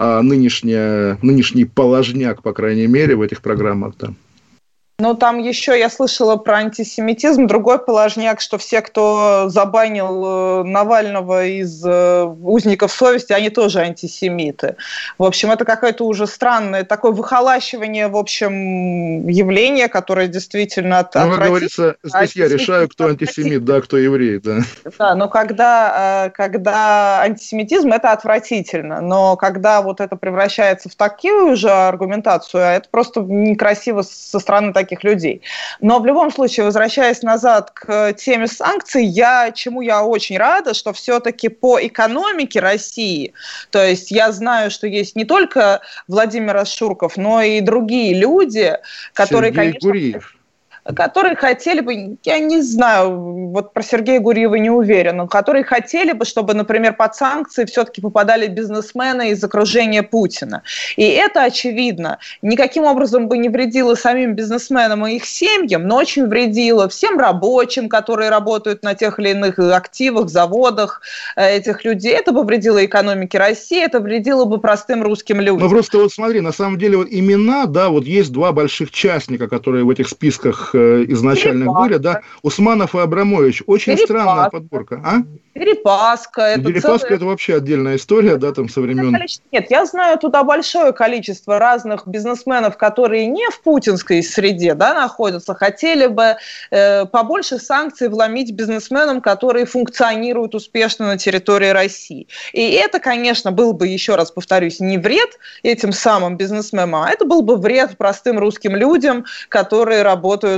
нынешний положняк, по крайней мере, в этих программах, да. Ну, там еще я слышала про антисемитизм. Другой положняк, что все, кто забанил Навального из узников совести, они тоже антисемиты. В общем, это какое-то уже странное такое выхолащивание, в общем, явление, которое действительно отвратительно. Ну, как говорится, здесь я решаю, кто антисемит, да, кто еврей, да. Да, но когда антисемитизм, это отвратительно. Но когда вот это превращается в такую же аргументацию, это просто некрасиво со стороны таких людей. Но в любом случае, возвращаясь назад к теме санкций, чему я очень рада, что все-таки по экономике России, то есть я знаю, что есть не только Владимир Ашурков, но и другие люди, которые, Сергей конечно... Гурьев. Которые хотели бы, я не знаю, вот про Сергея Гурьева не уверена, но которые хотели бы, чтобы, например, под санкции все-таки попадали бизнесмены из окружения Путина. И это, очевидно, никаким образом бы не вредило самим бизнесменам и их семьям, но очень вредило всем рабочим, которые работают на тех или иных активах, заводах этих людей. Это бы вредило экономике России, это вредило бы простым русским людям. Ну просто вот смотри, на самом деле вот имена, да, вот есть 2 больших частника, которые в этих списках изначальных были, да, Усманов и Абрамович. Очень странная подборка. А? Дерипаска. Дерипаска это вообще отдельная история, да, там со времен... Нет, я знаю туда большое количество разных бизнесменов, которые не в путинской среде, да, находятся, хотели бы побольше санкций вломить бизнесменам, которые функционируют успешно на территории России. И это, конечно, был бы, еще раз повторюсь, не вред этим самым бизнесменам, а это был бы вред простым русским людям, которые работают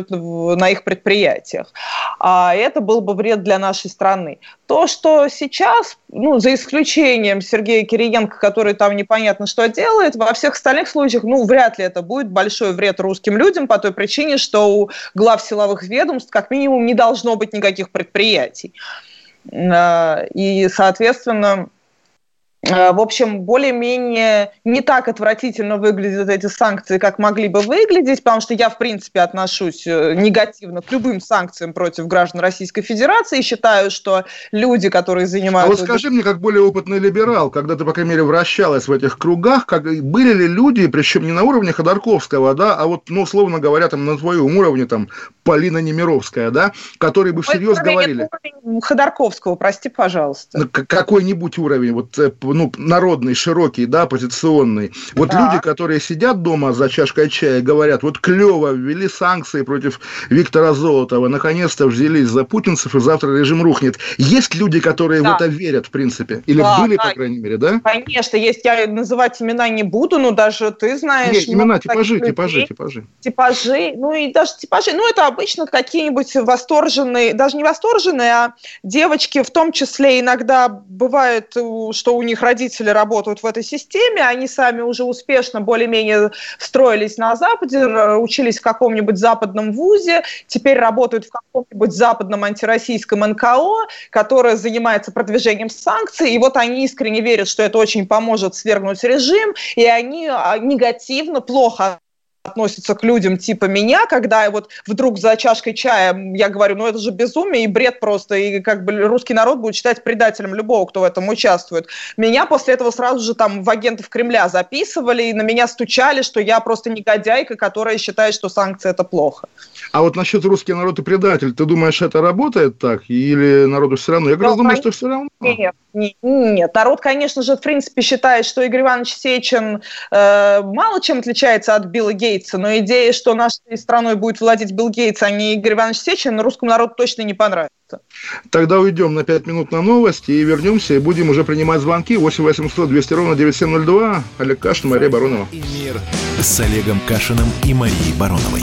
работают на их предприятиях. А это был бы вред для нашей страны. То, что сейчас, за исключением Сергея Кириенко, который там непонятно что делает, во всех остальных случаях, вряд ли это будет большой вред русским людям по той причине, что у глав силовых ведомств как минимум не должно быть никаких предприятий. И, соответственно, в общем, более-менее не так отвратительно выглядят эти санкции, как могли бы выглядеть, потому что я, в принципе, отношусь негативно к любым санкциям против граждан Российской Федерации и считаю, что люди, которые занимаются... А вот скажи мне, как более опытный либерал, когда ты, по крайней мере, вращалась в этих кругах, были ли люди, причем не на уровне Ходорковского, да, а вот, условно говоря, там, на твоем уровне, там, Полина Немировская, да, которые бы всерьез говорили... Ходорковского, прости, пожалуйста. Какой-нибудь уровень, вот... народный, широкий, да, оппозиционный. Вот да. Люди, которые сидят дома за чашкой чая, говорят, вот клево, ввели санкции против Виктора Золотова, наконец-то взялись за путинцев, и завтра режим рухнет. Есть люди, которые в это верят, в принципе? Или были, по крайней мере, да? Конечно, есть. Я называть имена не буду, но даже ты знаешь... Нет, имена, типажи. Типажи, и даже типажи. Это обычно какие-нибудь восторженные, даже не восторженные, а девочки, в том числе иногда бывает, что у них родители работают в этой системе, они сами уже успешно более-менее встроились на Западе, учились в каком-нибудь западном вузе, теперь работают в каком-нибудь западном антироссийском НКО, которое занимается продвижением санкций, и вот они искренне верят, что это очень поможет свергнуть режим, и они негативно, плохо относятся к людям типа меня, когда вот вдруг за чашкой чая я говорю, это же безумие и бред просто, и как бы русский народ будет считать предателем любого, кто в этом участвует. Меня после этого сразу же там в агентов Кремля записывали, и на меня стучали, что я просто негодяйка, которая считает, что санкции – это плохо. А вот насчет русский народ и предатель, ты думаешь, это работает так? Или народу все равно? Я думаю, что все равно. Нет. Народ, конечно же, в принципе считает, что Игорь Иванович Сечин мало чем отличается от Билла Гейтса, но идея, что нашей страной будет владеть Билл Гейтс, а не Игорь Иванович Сечин, русскому народу точно не понравится. Тогда уйдем на 5 минут на новости и вернемся, и будем уже принимать звонки. 8 800 200 ровно 9702. Олег Кашин, Мария Баронова. Мир с Олегом Кашиным и Марией Бароновой.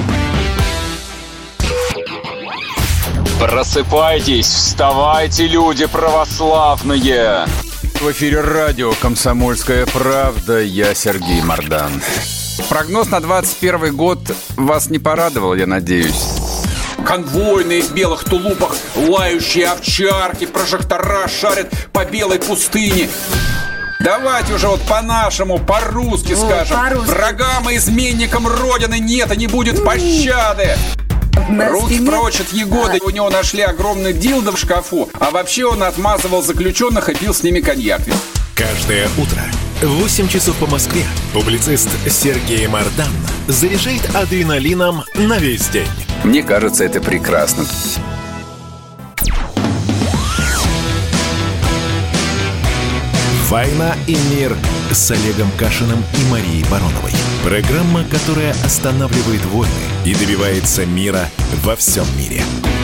Просыпайтесь, вставайте, люди православные! В эфире радио «Комсомольская правда». Я Сергей Мордан. Прогноз на 21 год вас не порадовал, я надеюсь. Конвойные в белых тулупах, лающие овчарки, прожектора шарят по белой пустыне. Давайте уже по-нашему, по-русски скажем. По-русски. Врагам и изменникам Родины нет и не будет пощады. Руки прочь от Егоды. У него нашли огромный дилдо в шкафу. А вообще он отмазывал заключенных и пил с ними коньяк. Каждое утро в 8 часов по Москве публицист Сергей Мордан заряжает адреналином на весь день. Мне кажется, это прекрасно. «Война и мир» с Олегом Кашиным и Марией Бароновой. Программа, которая останавливает войны и добивается мира во всем мире.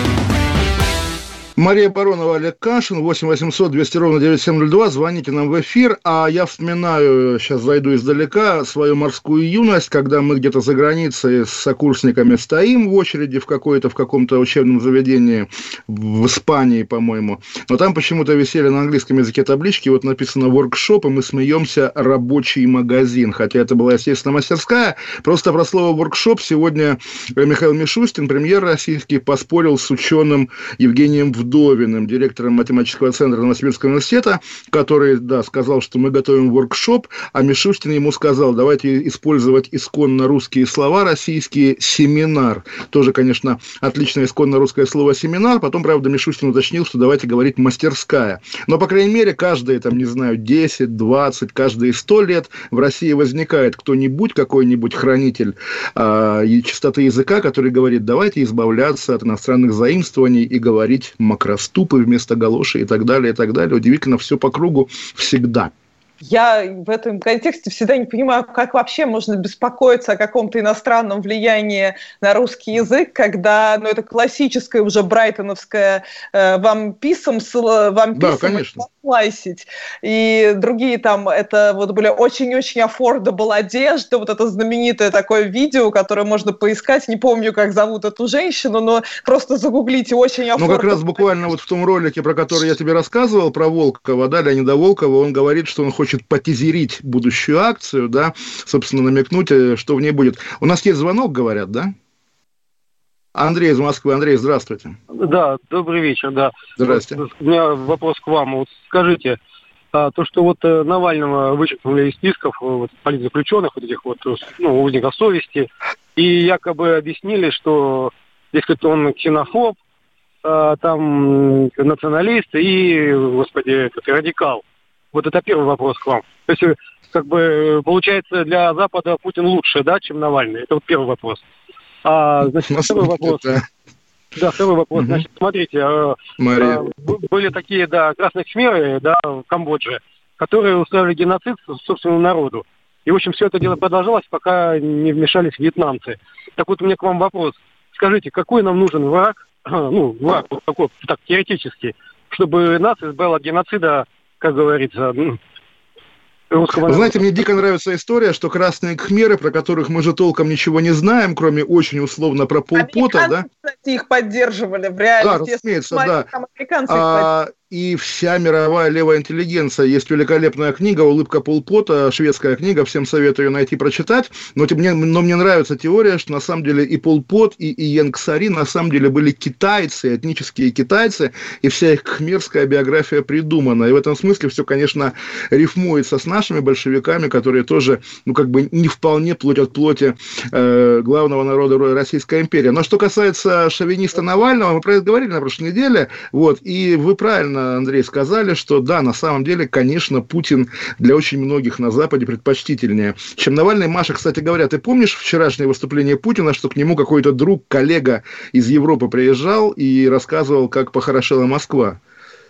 Мария Баронова, Олег Кашин, 8 800 200 ровно 9702. Звоните нам в эфир. А я вспоминаю, сейчас зайду издалека, свою морскую юность, когда мы где-то за границей с сокурсниками стоим в очереди в каком-то учебном заведении в Испании, по-моему. Но там почему-то висели на английском языке таблички, вот написано «воркшоп», и мы смеемся «рабочий магазин». Хотя это была, естественно, мастерская. Просто про слово «воркшоп» сегодня Михаил Мишустин, премьер российский, поспорил с ученым Евгением Вдовиным, директором математического центра Новосибирского университета, который, сказал, что мы готовим воркшоп, а Мишустин ему сказал, давайте использовать исконно русские слова российские, семинар. Тоже, конечно, отличное исконно русское слово семинар. Потом, правда, Мишустин уточнил, что давайте говорить мастерская. Но, по крайней мере, каждые, 10, 20, каждые 100 лет в России возникает кто-нибудь, какой-нибудь хранитель чистоты языка, который говорит, давайте избавляться от иностранных заимствований и говорить макроступы вместо галоши и так далее, и так далее. Удивительно, все по кругу всегда. Я в этом контексте всегда не понимаю, как вообще можно беспокоиться о каком-то иностранном влиянии на русский язык, когда, это классическое уже брайтоновское вам писем да, конечно. слайсить. И другие там, это были очень-очень affordable одежда, это знаменитое такое видео, которое можно поискать, не помню, как зовут эту женщину, но просто загуглите, очень affordable. Как раз буквально в том ролике, про который я тебе рассказывал, про Волкова, Леонида Волкова, он говорит, что он хочет потизерить будущую акцию, да, собственно, намекнуть, что в ней будет. У нас есть звонок, говорят, да? Андрей из Москвы. Андрей, здравствуйте. Да, добрый вечер, да. Здравствуйте. У меня вопрос к вам. Скажите, то, что Навального вычеркнули из списков политзаключенных, узников совести, и якобы объяснили, что, дескать, он ксенофоб, там националист и, радикал. Это первый вопрос к вам. То есть, получается, для Запада Путин лучше, да, чем Навальный? Это первый вопрос. Второй вопрос. Да, второй вопрос. Значит, смотрите, были такие, красные кхмеры, в Камбодже, которые устраивали геноцид собственному народу. И, в общем, все это дело продолжалось, пока не вмешались вьетнамцы. Так у меня к вам вопрос. Скажите, какой нам нужен враг, враг такой, так, теоретически, чтобы нас избавил от геноцида, как говорится, русского народа? Знаете, мне дико нравится история, что красные кхмеры, про которых мы же толком ничего не знаем, кроме очень условно про Пол Пота, да? Кстати, их поддерживали в реальности. Да, разумеется, да. Американцы и вся мировая левая интеллигенция. Есть великолепная книга «Улыбка Пол Пота», шведская книга, всем советую ее найти, прочитать. Но мне нравится теория, что на самом деле и Пол Пот, и Иен Ксари на самом деле были китайцы, этнические китайцы, и вся их кхмерская биография придумана. И в этом смысле все, конечно, рифмуется с нашими большевиками, которые тоже, не вполне плоть от плоти главного народа Российской империи. Но что касается шовиниста Навального, мы про это говорили на прошлой неделе, и вы правильно, Андрей, сказали, что да, на самом деле, конечно, Путин для очень многих на Западе предпочтительнее, чем Навальный. Маша, кстати говоря, ты помнишь вчерашнее выступление Путина, что к нему какой-то друг, коллега из Европы приезжал и рассказывал, как похорошела Москва?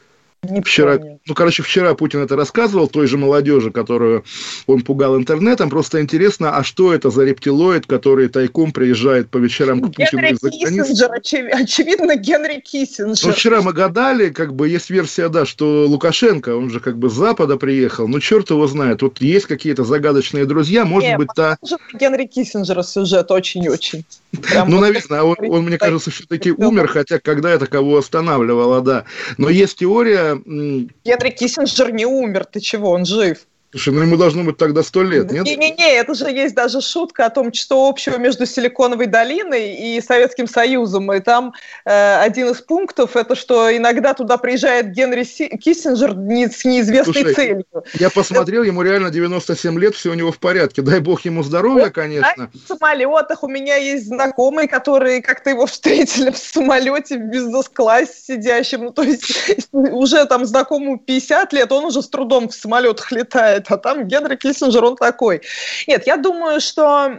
Вчера Путин это рассказывал той же молодежи, которую он пугал интернетом. Просто интересно, а что это за рептилоид, который тайком приезжает по вечерам к Путину из-за границы? Очевидно, Генри Киссинджер. Вчера мы гадали, есть версия, что Лукашенко, он же с Запада приехал, черт его знает. Есть какие-то загадочные друзья, может быть, Генри Киссинджера сюжет очень-очень. Наверное, он, мне кажется, все-таки умер, хотя когда-то кого останавливало, да. Но есть теория... Генри Киссинджер не умер, ты чего, он жив. Слушай, ему должно быть тогда 100 лет, нет? Не, это же есть даже шутка о том, что общего между Силиконовой долиной и Советским Союзом. И там один из пунктов, это что иногда туда приезжает Генри Киссинджер с неизвестной целью. Я посмотрел, ему реально 97 лет, все у него в порядке. Дай бог ему здоровья, конечно. В самолетах у меня есть знакомые, которые как-то его встретили в самолете в бизнес-классе сидящем. То есть уже там знакомому 50 лет, он уже с трудом в самолетах летает. А там Генри Киссинджер, он такой. Нет, я думаю, что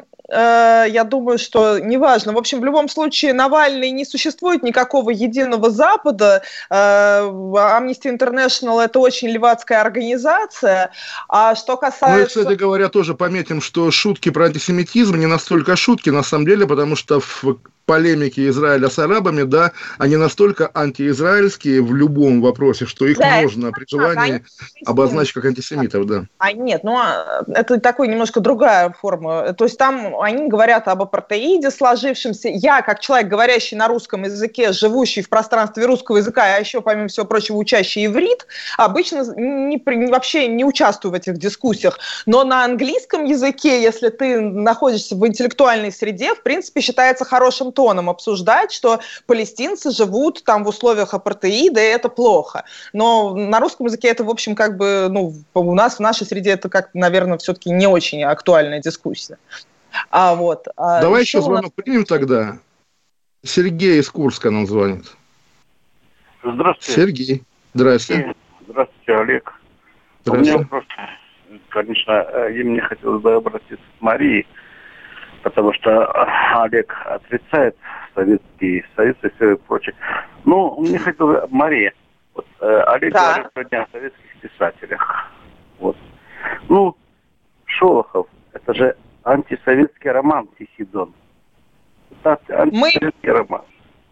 неважно. В общем, в любом случае, Навальный не существует никакого единого Запада. Amnesty International – это очень левацкая организация. А что касается... Мы, кстати говоря, тоже пометим, что шутки про антисемитизм не настолько шутки, на самом деле, потому что в полемике Израиля с арабами, да, они настолько антиизраильские в любом вопросе, что их можно при желании обозначить как антисемитов, да. Нет, это такой немножко другая форма. То есть там они говорят об апартеиде сложившемся. Я, как человек, говорящий на русском языке, живущий в пространстве русского языка, а еще, помимо всего прочего, учащий иврит, обычно вообще не участвую в этих дискуссиях. Но на английском языке, если ты находишься в интеллектуальной среде, в принципе, считается хорошим тоном обсуждать, что палестинцы живут там в условиях апартеида, и это плохо. Но на русском языке это, в общем, у нас в нашей среде это наверное, все-таки не очень актуальная дискуссия. Давай еще звонок примем тогда. Сергей из Курска нам звонит. Здравствуйте. Sергей. Здравствуйте. Здравствуйте, Олег. Здравствуйте. У меня просто, конечно, и мне хотелось бы обратиться к Марии, потому что Олег отрицает Советский Союз и все прочее. Мне хотелось бы... Мария, Олег говорит сегодня о советских писателях. Ну, Шолохов, это же антисоветский роман «Тихий Дон». Это антисоветский роман.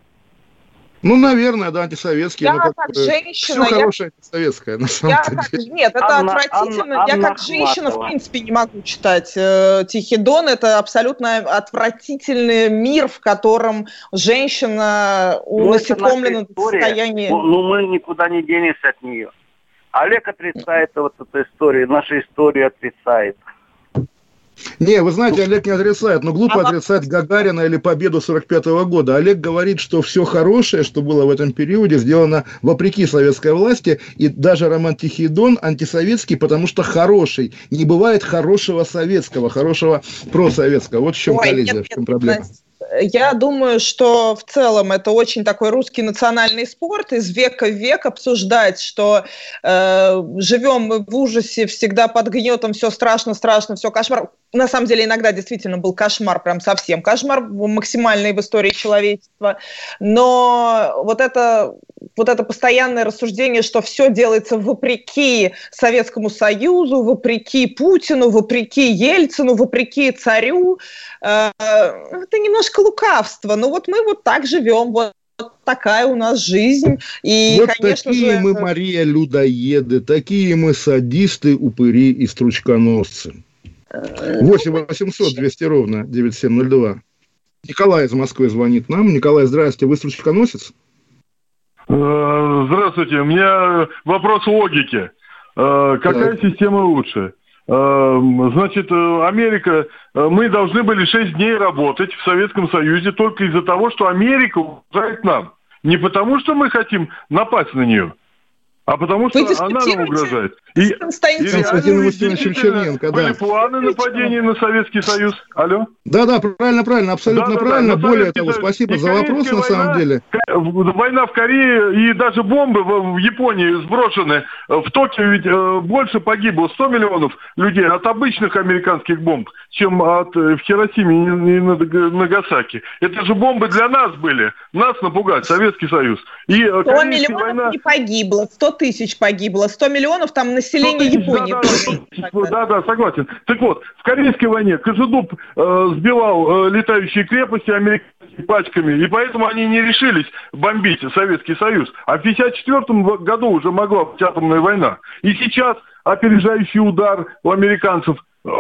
Ну, наверное, да, антисоветский. Я как женщина... Все хорошее антисоветское, на самом деле. Нет, это отвратительно. Я как женщина, в принципе, не могу читать «Тихий Дон». Это абсолютно отвратительный мир, в котором женщина унасекомлена до состояния... Ну, мы никуда не денемся от нее. Олег отрицает вот эту историю, наша история отрицает. Не, вы знаете, Олег не отрицает, но глупо отрицать Гагарина или победу 45-го года. Олег говорит, что все хорошее, что было в этом периоде, сделано вопреки советской власти, и даже роман «Тихий Дон» антисоветский, потому что хороший. Не бывает хорошего советского, хорошего просоветского. Вот в чем коллизия, в чем проблема. Я думаю, что в целом это очень такой русский национальный спорт. Из века в век обсуждать, что живем мы в ужасе, всегда под гнетом, все страшно, все кошмар. На самом деле иногда действительно был кошмар, прям совсем кошмар, максимальный в истории человечества. Но вот это постоянное рассуждение, что все делается вопреки Советскому Союзу, вопреки Путину, вопреки Ельцину, вопреки царю, это немножко лукавство. Но вот мы вот так живем, вот такая у нас жизнь. И, вот конечно такие же... мы, Мария, людоеды, такие мы садисты, упыри и стручконосцы. 8 800 200 ровно 9702. Николай из Москвы звонит нам. Николай, здрасте, вы стручконосец? Здравствуйте, у меня вопрос логики. Какая система лучше? Значит, Америка, мы должны были 6 дней работать в Советском Союзе только из-за того, что Америка угрожает нам. Не потому, что мы хотим напасть на нее, а потому что она нам угрожает. И Константин Васильевич, были планы нападения на Советский Союз. Алло? Да, правильно, абсолютно правильно. Более того, спасибо за вопрос, на самом деле. Война в Корее и даже бомбы в Японии сброшены. В Токио ведь больше погибло 100 миллионов людей от обычных американских бомб, чем от в Хиросиме и Нагасаки. Это же бомбы для нас были. Нас напугать, Советский Союз. И 100 миллионов не погибло, 100 тысяч погибло, 100 миллионов там население Японии. Да, согласен. Так вот, в Корейской войне Кожедуб сбивал летающие крепости американскими пачками, и поэтому они не решились бомбить Советский Союз. А в 1954 году уже могла быть атомная война. И сейчас опережающий удар у американцев.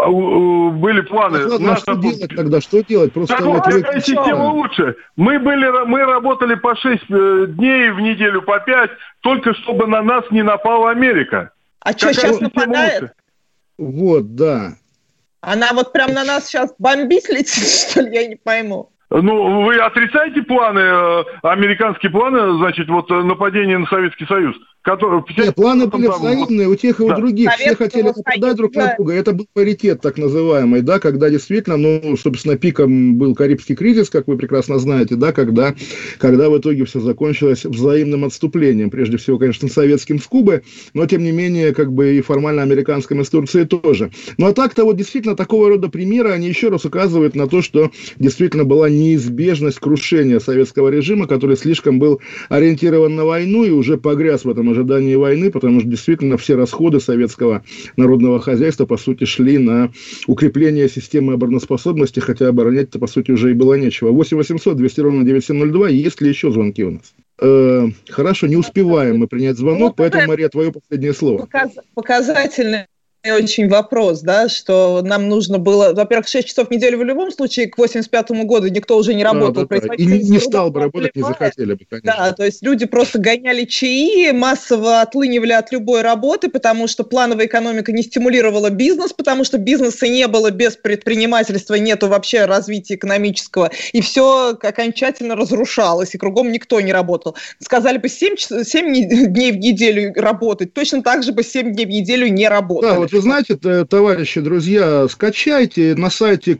Были планы. Ладно, что делать тогда? Что делать? Просто так вот, какая система лучше? Мы работали по 6 дней в неделю, по 5, только чтобы на нас не напала Америка. А что, сейчас нападает? Лучше? Вот, да. Она вот прям на нас сейчас бомбить летит, что ли? Я не пойму. Ну, вы отрицаете планы, американские планы, значит, вот нападение на Советский Союз? Нет, планы были взаимные у тех и у других. Все хотели нападать друг на друга. Это был паритет так называемый, да, когда действительно, собственно, пиком был Карибский кризис, как вы прекрасно знаете, да, когда в итоге все закончилось взаимным отступлением. Прежде всего, конечно, советским с Кубы, но, тем не менее, как бы и формально американским из Турции тоже. Ну, а так-то вот действительно такого рода примеры, они еще раз указывают на то, что действительно была неизбежность крушения советского режима, который слишком был ориентирован на войну и уже погряз в этом ожидании войны, потому что действительно все расходы советского народного хозяйства, по сути, шли на укрепление системы обороноспособности, хотя оборонять-то, по сути, уже и было нечего. 8 800 200 ровно 9702. Есть ли еще звонки у нас? Хорошо, не успеваем мы принять звонок, поэтому, Мария, твое последнее слово. Показательный очень вопрос, да, что нам нужно было, во-первых, 6 часов в неделю в любом случае, к 85-му году никто уже не работал. Да. И не стал бы работать, не захотели бы, конечно. Да, то есть люди просто гоняли ЧАИ, массово отлынивали от любой работы, потому что плановая экономика не стимулировала бизнес, потому что бизнеса не было, без предпринимательства нету вообще развития экономического, и все окончательно разрушалось, и кругом никто не работал. Сказали бы 7 дней в неделю работать, точно так же бы 7 дней в неделю не работали. Да, вот вы знаете, товарищи, друзья, скачайте на сайте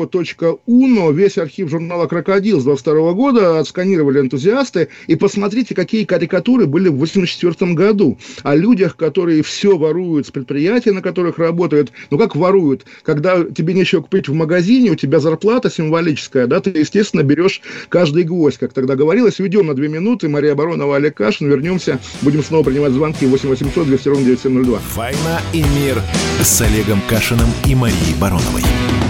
croco.uno весь архив журнала «Крокодил» с 22 года, отсканировали энтузиасты, и посмотрите, какие карикатуры были в 1984 году о людях, которые все воруют с предприятий, на которых работают. Ну, как воруют? Когда тебе нечего купить в магазине, у тебя зарплата символическая, да, ты, естественно, берешь каждый гвоздь, как тогда говорилось. Уйдем на 2 минуты. Мария Баронова, Олег Кашин. Вернемся, будем снова принимать звонки. 8 800 200 ровно 9702. «Война и мир» мир» с Олегом Кашиным и Марией Бароновой.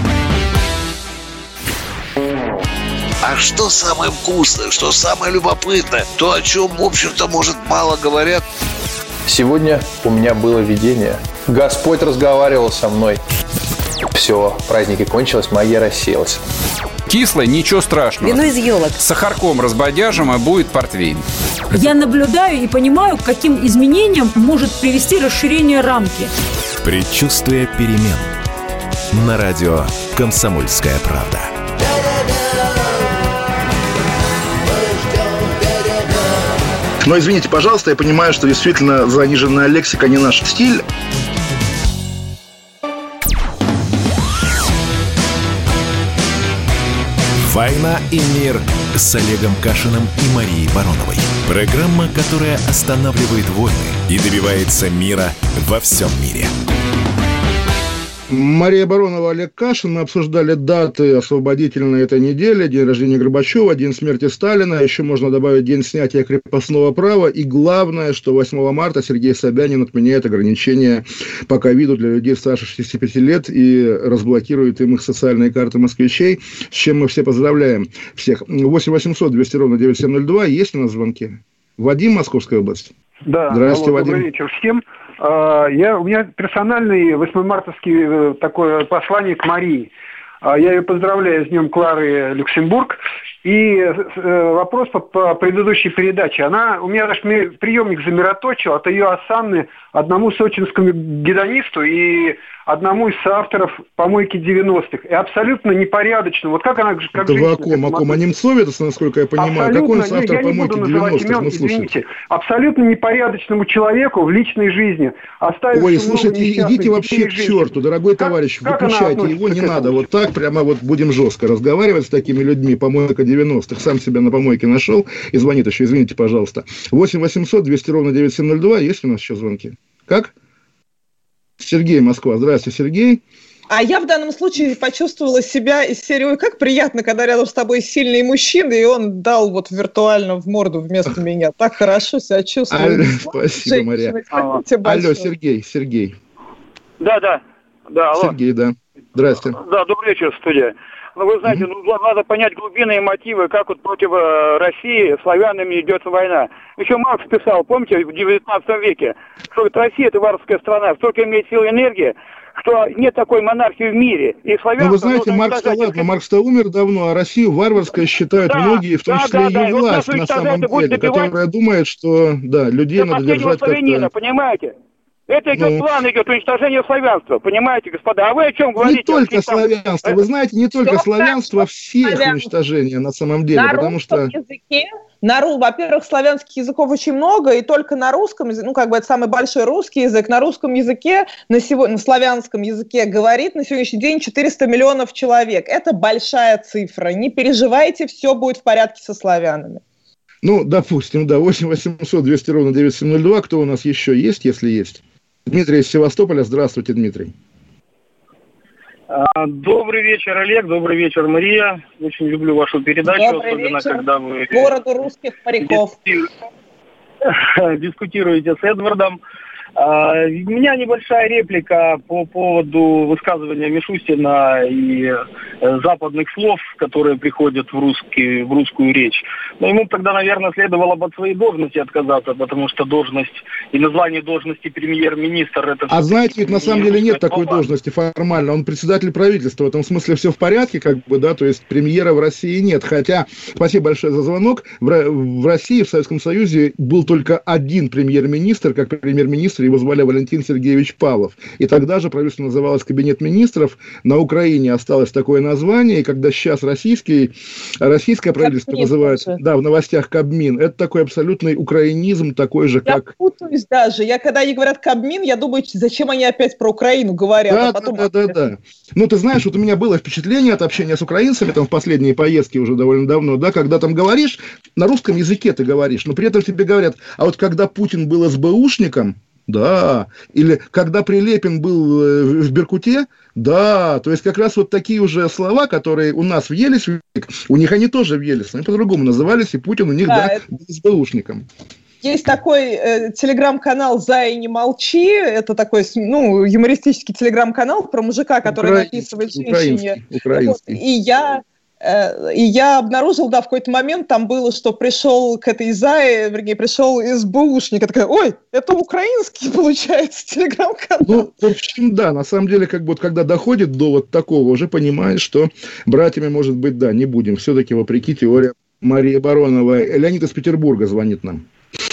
А что самое вкусное, что самое любопытное, то, о чем, в общем-то, может, мало говорят? Сегодня у меня было видение. Господь разговаривал со мной. Все, праздники кончились, магия рассеялась. Кислое, ничего страшного. Вино из елок. С сахарком разбодяжим, и будет портвейн. Я наблюдаю и понимаю, к каким изменениям может привести расширение рамки. Предчувствие перемен. На радио «Комсомольская правда». Но извините, пожалуйста, я понимаю, что действительно заниженная лексика не наш стиль. «Война и мир» с Олегом Кашиным и Марией Бароновой. Программа, которая останавливает войны и добивается мира во всем мире. Мария Баронова, Олег Кашин. Мы обсуждали даты освободительной этой недели. День рождения Горбачева, день смерти Сталина. Еще можно добавить день снятия крепостного права. И главное, что 8 марта Сергей Собянин отменяет ограничения по ковиду для людей старше 65 лет и разблокирует им их социальные карты москвичей, с чем мы все поздравляем всех. 8 800 200 ровно 9702. Есть у нас звонки? Вадим, Московская область. Да, здравствуйте, Вадим. Добрый вечер всем. У меня персональный 8-мартовский такое послание к Марии. Я ее поздравляю с Днем Клары Люксембург. И вопрос по предыдущей передаче. У меня даже приемник замироточил от ее осанны одному сочинскому гедонисту и одному из соавторов «Помойки 90-х». И абсолютно непорядочно. Вот как она... Как это о ком? О Немцове, насколько я понимаю? Какой он соавтор «Помойки 90-х»? Извините. Абсолютно непорядочному человеку в личной жизни. Ой, слушайте, идите вообще к черту, дорогой товарищ. Выключайте его, не надо. Вот так прямо вот будем жестко разговаривать с такими людьми. «Помойка 90-х». Сам себя на помойке нашел и звонит еще. Извините, пожалуйста. 8 800 200 ровно 9702. Есть у нас еще звонки? Как? Сергей, Москва. Здравствуйте, Сергей. А я в данном случае почувствовала себя из серии «Ой, как приятно, когда рядом с тобой сильный мужчина, и он дал вот виртуально в морду вместо меня». Так хорошо себя чувствую. Спасибо, Мария. Алло, Сергей. Да, алло. Сергей, да. Здрасте. Да, добрый вечер, студия. Ну, вы знаете, надо понять глубинные мотивы, как вот против России славянами идет война. Еще Маркс писал, помните, в 19 веке, что Россия – это варварская страна, столько имеет силы и энергии, что нет такой монархии в мире. И славянство... Ну, вы знаете, Маркс-то умер давно, а Россию варварской считают многие, в том числе ее власть, на самом деле, которая думает, что, людей надо держать как-то... Понимаете? Это план идет уничтожение славянства, понимаете, господа? А вы о чем говорите? Не только славянство, вы знаете, не только славянство, всех уничтожения на самом деле, потому что... Во-первых, славянских языков очень много, и только на русском, это самый большой русский язык, на русском языке, на славянском языке говорит на сегодняшний день 400 миллионов человек. Это большая цифра. Не переживайте, все будет в порядке со славянами. Допустим, 8 800 200 ровно 9702. Кто у нас еще есть, если есть? Дмитрий из Севастополя. Здравствуйте, Дмитрий. Добрый вечер, Олег. Добрый вечер, Мария. Очень люблю вашу передачу, добрый особенно вечер. Когда вы... Городу русских моряков. Дискутируете с Эдвардом. У меня небольшая реплика по поводу высказывания Мишустина и западных слов, которые приходят в русскую речь. Но ему тогда, наверное, следовало бы от своей должности отказаться, потому что должность и название должности премьер-министр... это. А знаете, ведь на самом деле нет такой должности формально. Он председатель правительства. В этом смысле все в порядке, то есть премьера в России нет. Хотя, спасибо большое за звонок, в России, в Советском Союзе был только один премьер-министр, как премьер-министр его звали Валентин Сергеевич Павлов. И тогда же правительство называлось Кабинет министров. На Украине осталось такое название. И когда сейчас российское правительство называется, в новостях Кабмин, это такой абсолютный украинизм, такой же, как... Я путаюсь даже. Когда они говорят Кабмин, я думаю, зачем они опять про Украину говорят. Да. Ты знаешь, вот у меня было впечатление от общения с украинцами в последние поездки уже довольно давно, когда там говоришь, на русском языке ты говоришь, но при этом тебе говорят, а вот когда Путин был СБУшником, да, или когда Прилепин был в Беркуте, да, то есть как раз вот такие уже слова, которые у нас въелись, у них они тоже въелись, они по-другому назывались, и Путин у них, был СБУшником. Есть такой телеграм-канал «Зая, не молчи». Это такой, юмористический телеграм-канал про мужика, который написывает женщине. Украинский. И я обнаружил, в какой-то момент там было, что пришел к этой Зае, пришел СБУшник, и такая, ой, это украинский, получается, телеграм-канал. В общем, да, на самом деле, когда доходит до вот такого, уже понимаешь, что братьями, может быть, да, не будем. Все-таки, вопреки теории Марии Бароновой. Леонид из Петербурга звонит нам.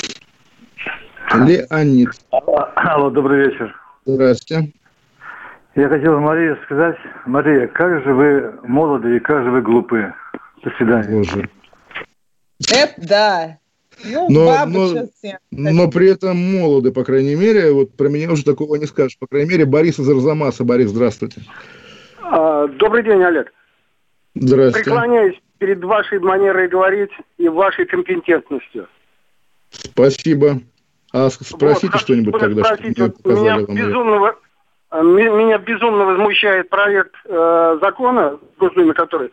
Леонид. Алло, добрый вечер. Здрасте. Я хотел Марии сказать, Мария, как же вы молоды и как же вы глупы. До свидания. Боже. Это да. Но при этом молоды, по крайней мере. Вот про меня уже такого не скажешь. По крайней мере, Борис из Арзамаса. Борис, здравствуйте. Добрый день, Олег. Здравствуйте. Преклоняюсь перед вашей манерой говорить и вашей компетентностью. Спасибо. А спросите что-нибудь тогда, чтобы показали вам. Меня безумно возмущает проект закона, Госдуме, который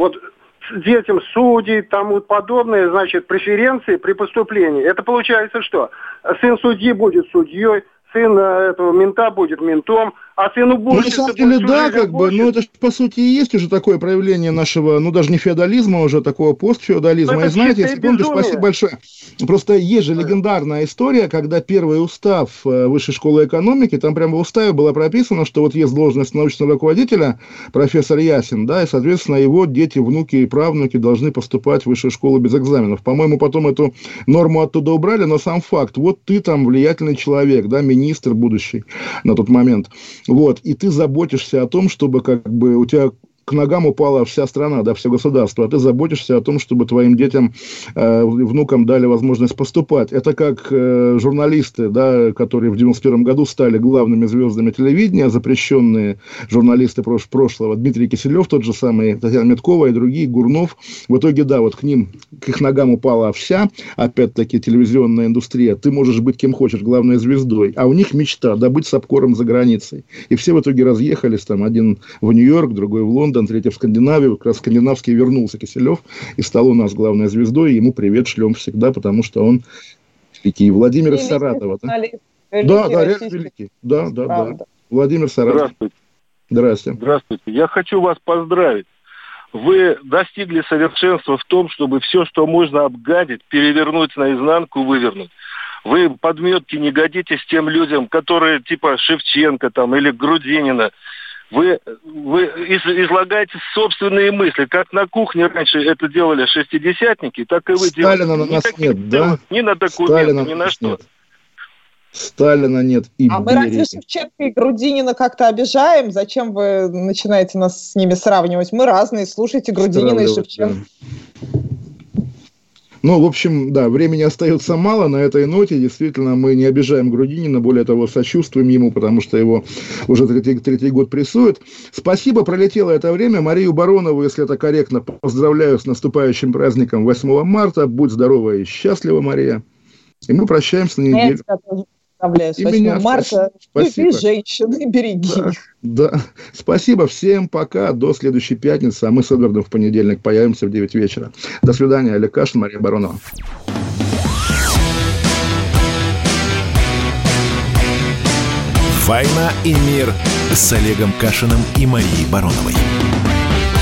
детям судей, тому подобное, значит, преференции при поступлении. Это получается что? Сын судьи будет судьей, сын этого мента будет ментом, а сын уборщицы... на самом деле, да, это по сути и есть уже такое проявление нашего, даже не феодализма, уже такого постфеодализма. И знаете, если помните, спасибо большое. Просто есть же легендарная история, когда первый устав Высшей школы экономики, там прямо в уставе было прописано, что вот есть должность научного руководителя, профессор Ясин, да, и, соответственно, его дети, внуки и правнуки должны поступать в Высшую школу без экзаменов. По-моему, потом эту норму оттуда убрали, но сам факт, вот ты там влиятельный человек, да, министр будущий на тот момент. И ты заботишься о том, чтобы у тебя к ногам упала вся страна, да, все государство, а ты заботишься о том, чтобы твоим детям, внукам дали возможность поступать. Это как журналисты, да, которые в 91 году стали главными звездами телевидения, запрещенные журналисты прошлого, Дмитрий Киселев, тот же самый, Татьяна Меткова и другие, Гурнов. В итоге, да, к их ногам упала вся, опять-таки, телевизионная индустрия. Ты можешь быть кем хочешь, главной звездой. А у них мечта добыть сапкором за границей. И все в итоге разъехались, там, один в Нью-Йорк, другой в Лондон, третий в Скандинавию. Как раз скандинавский вернулся Киселев и стал у нас главной звездой. И ему привет шлем всегда, потому что он великий. Владимир из Саратова. Да, реально великий. Да. Владимир Саратов. Здравствуйте. Здравствуйте. Я хочу вас поздравить. Вы достигли совершенства в том, чтобы все, что можно обгадить, перевернуть наизнанку, вывернуть. Вы подметки не годитесь тем людям, которые типа Шевченко там, или Грудинина. Вы излагаете собственные мысли. Как на кухне раньше это делали шестидесятники, так и вы делаете. Сталина на нас нет, да? Ни на документы, ни на что. Сталина нет и Берии. Мы разве Шевченко и Грудинина как-то обижаем? Зачем вы начинаете нас с ними сравнивать? Мы разные, слушайте Грудинина и Шевченко. В общем, да, времени остается мало на этой ноте. Действительно, мы не обижаем Грудинина, более того, сочувствуем ему, потому что его уже третий год прессуют. Спасибо, пролетело это время. Марию Баронову, если это корректно, поздравляю с наступающим праздником 8 марта. Будь здорова и счастлива, Мария. И мы прощаемся на неделю. С 8 марта. Люби женщин и береги их. Да. Спасибо всем. Пока. До следующей пятницы. А мы с Эдвардом в понедельник появимся в 9 вечера. До свидания. Олег Кашин, Мария Баронова. «Война и мир» с Олегом Кашиным и Марией Бароновой.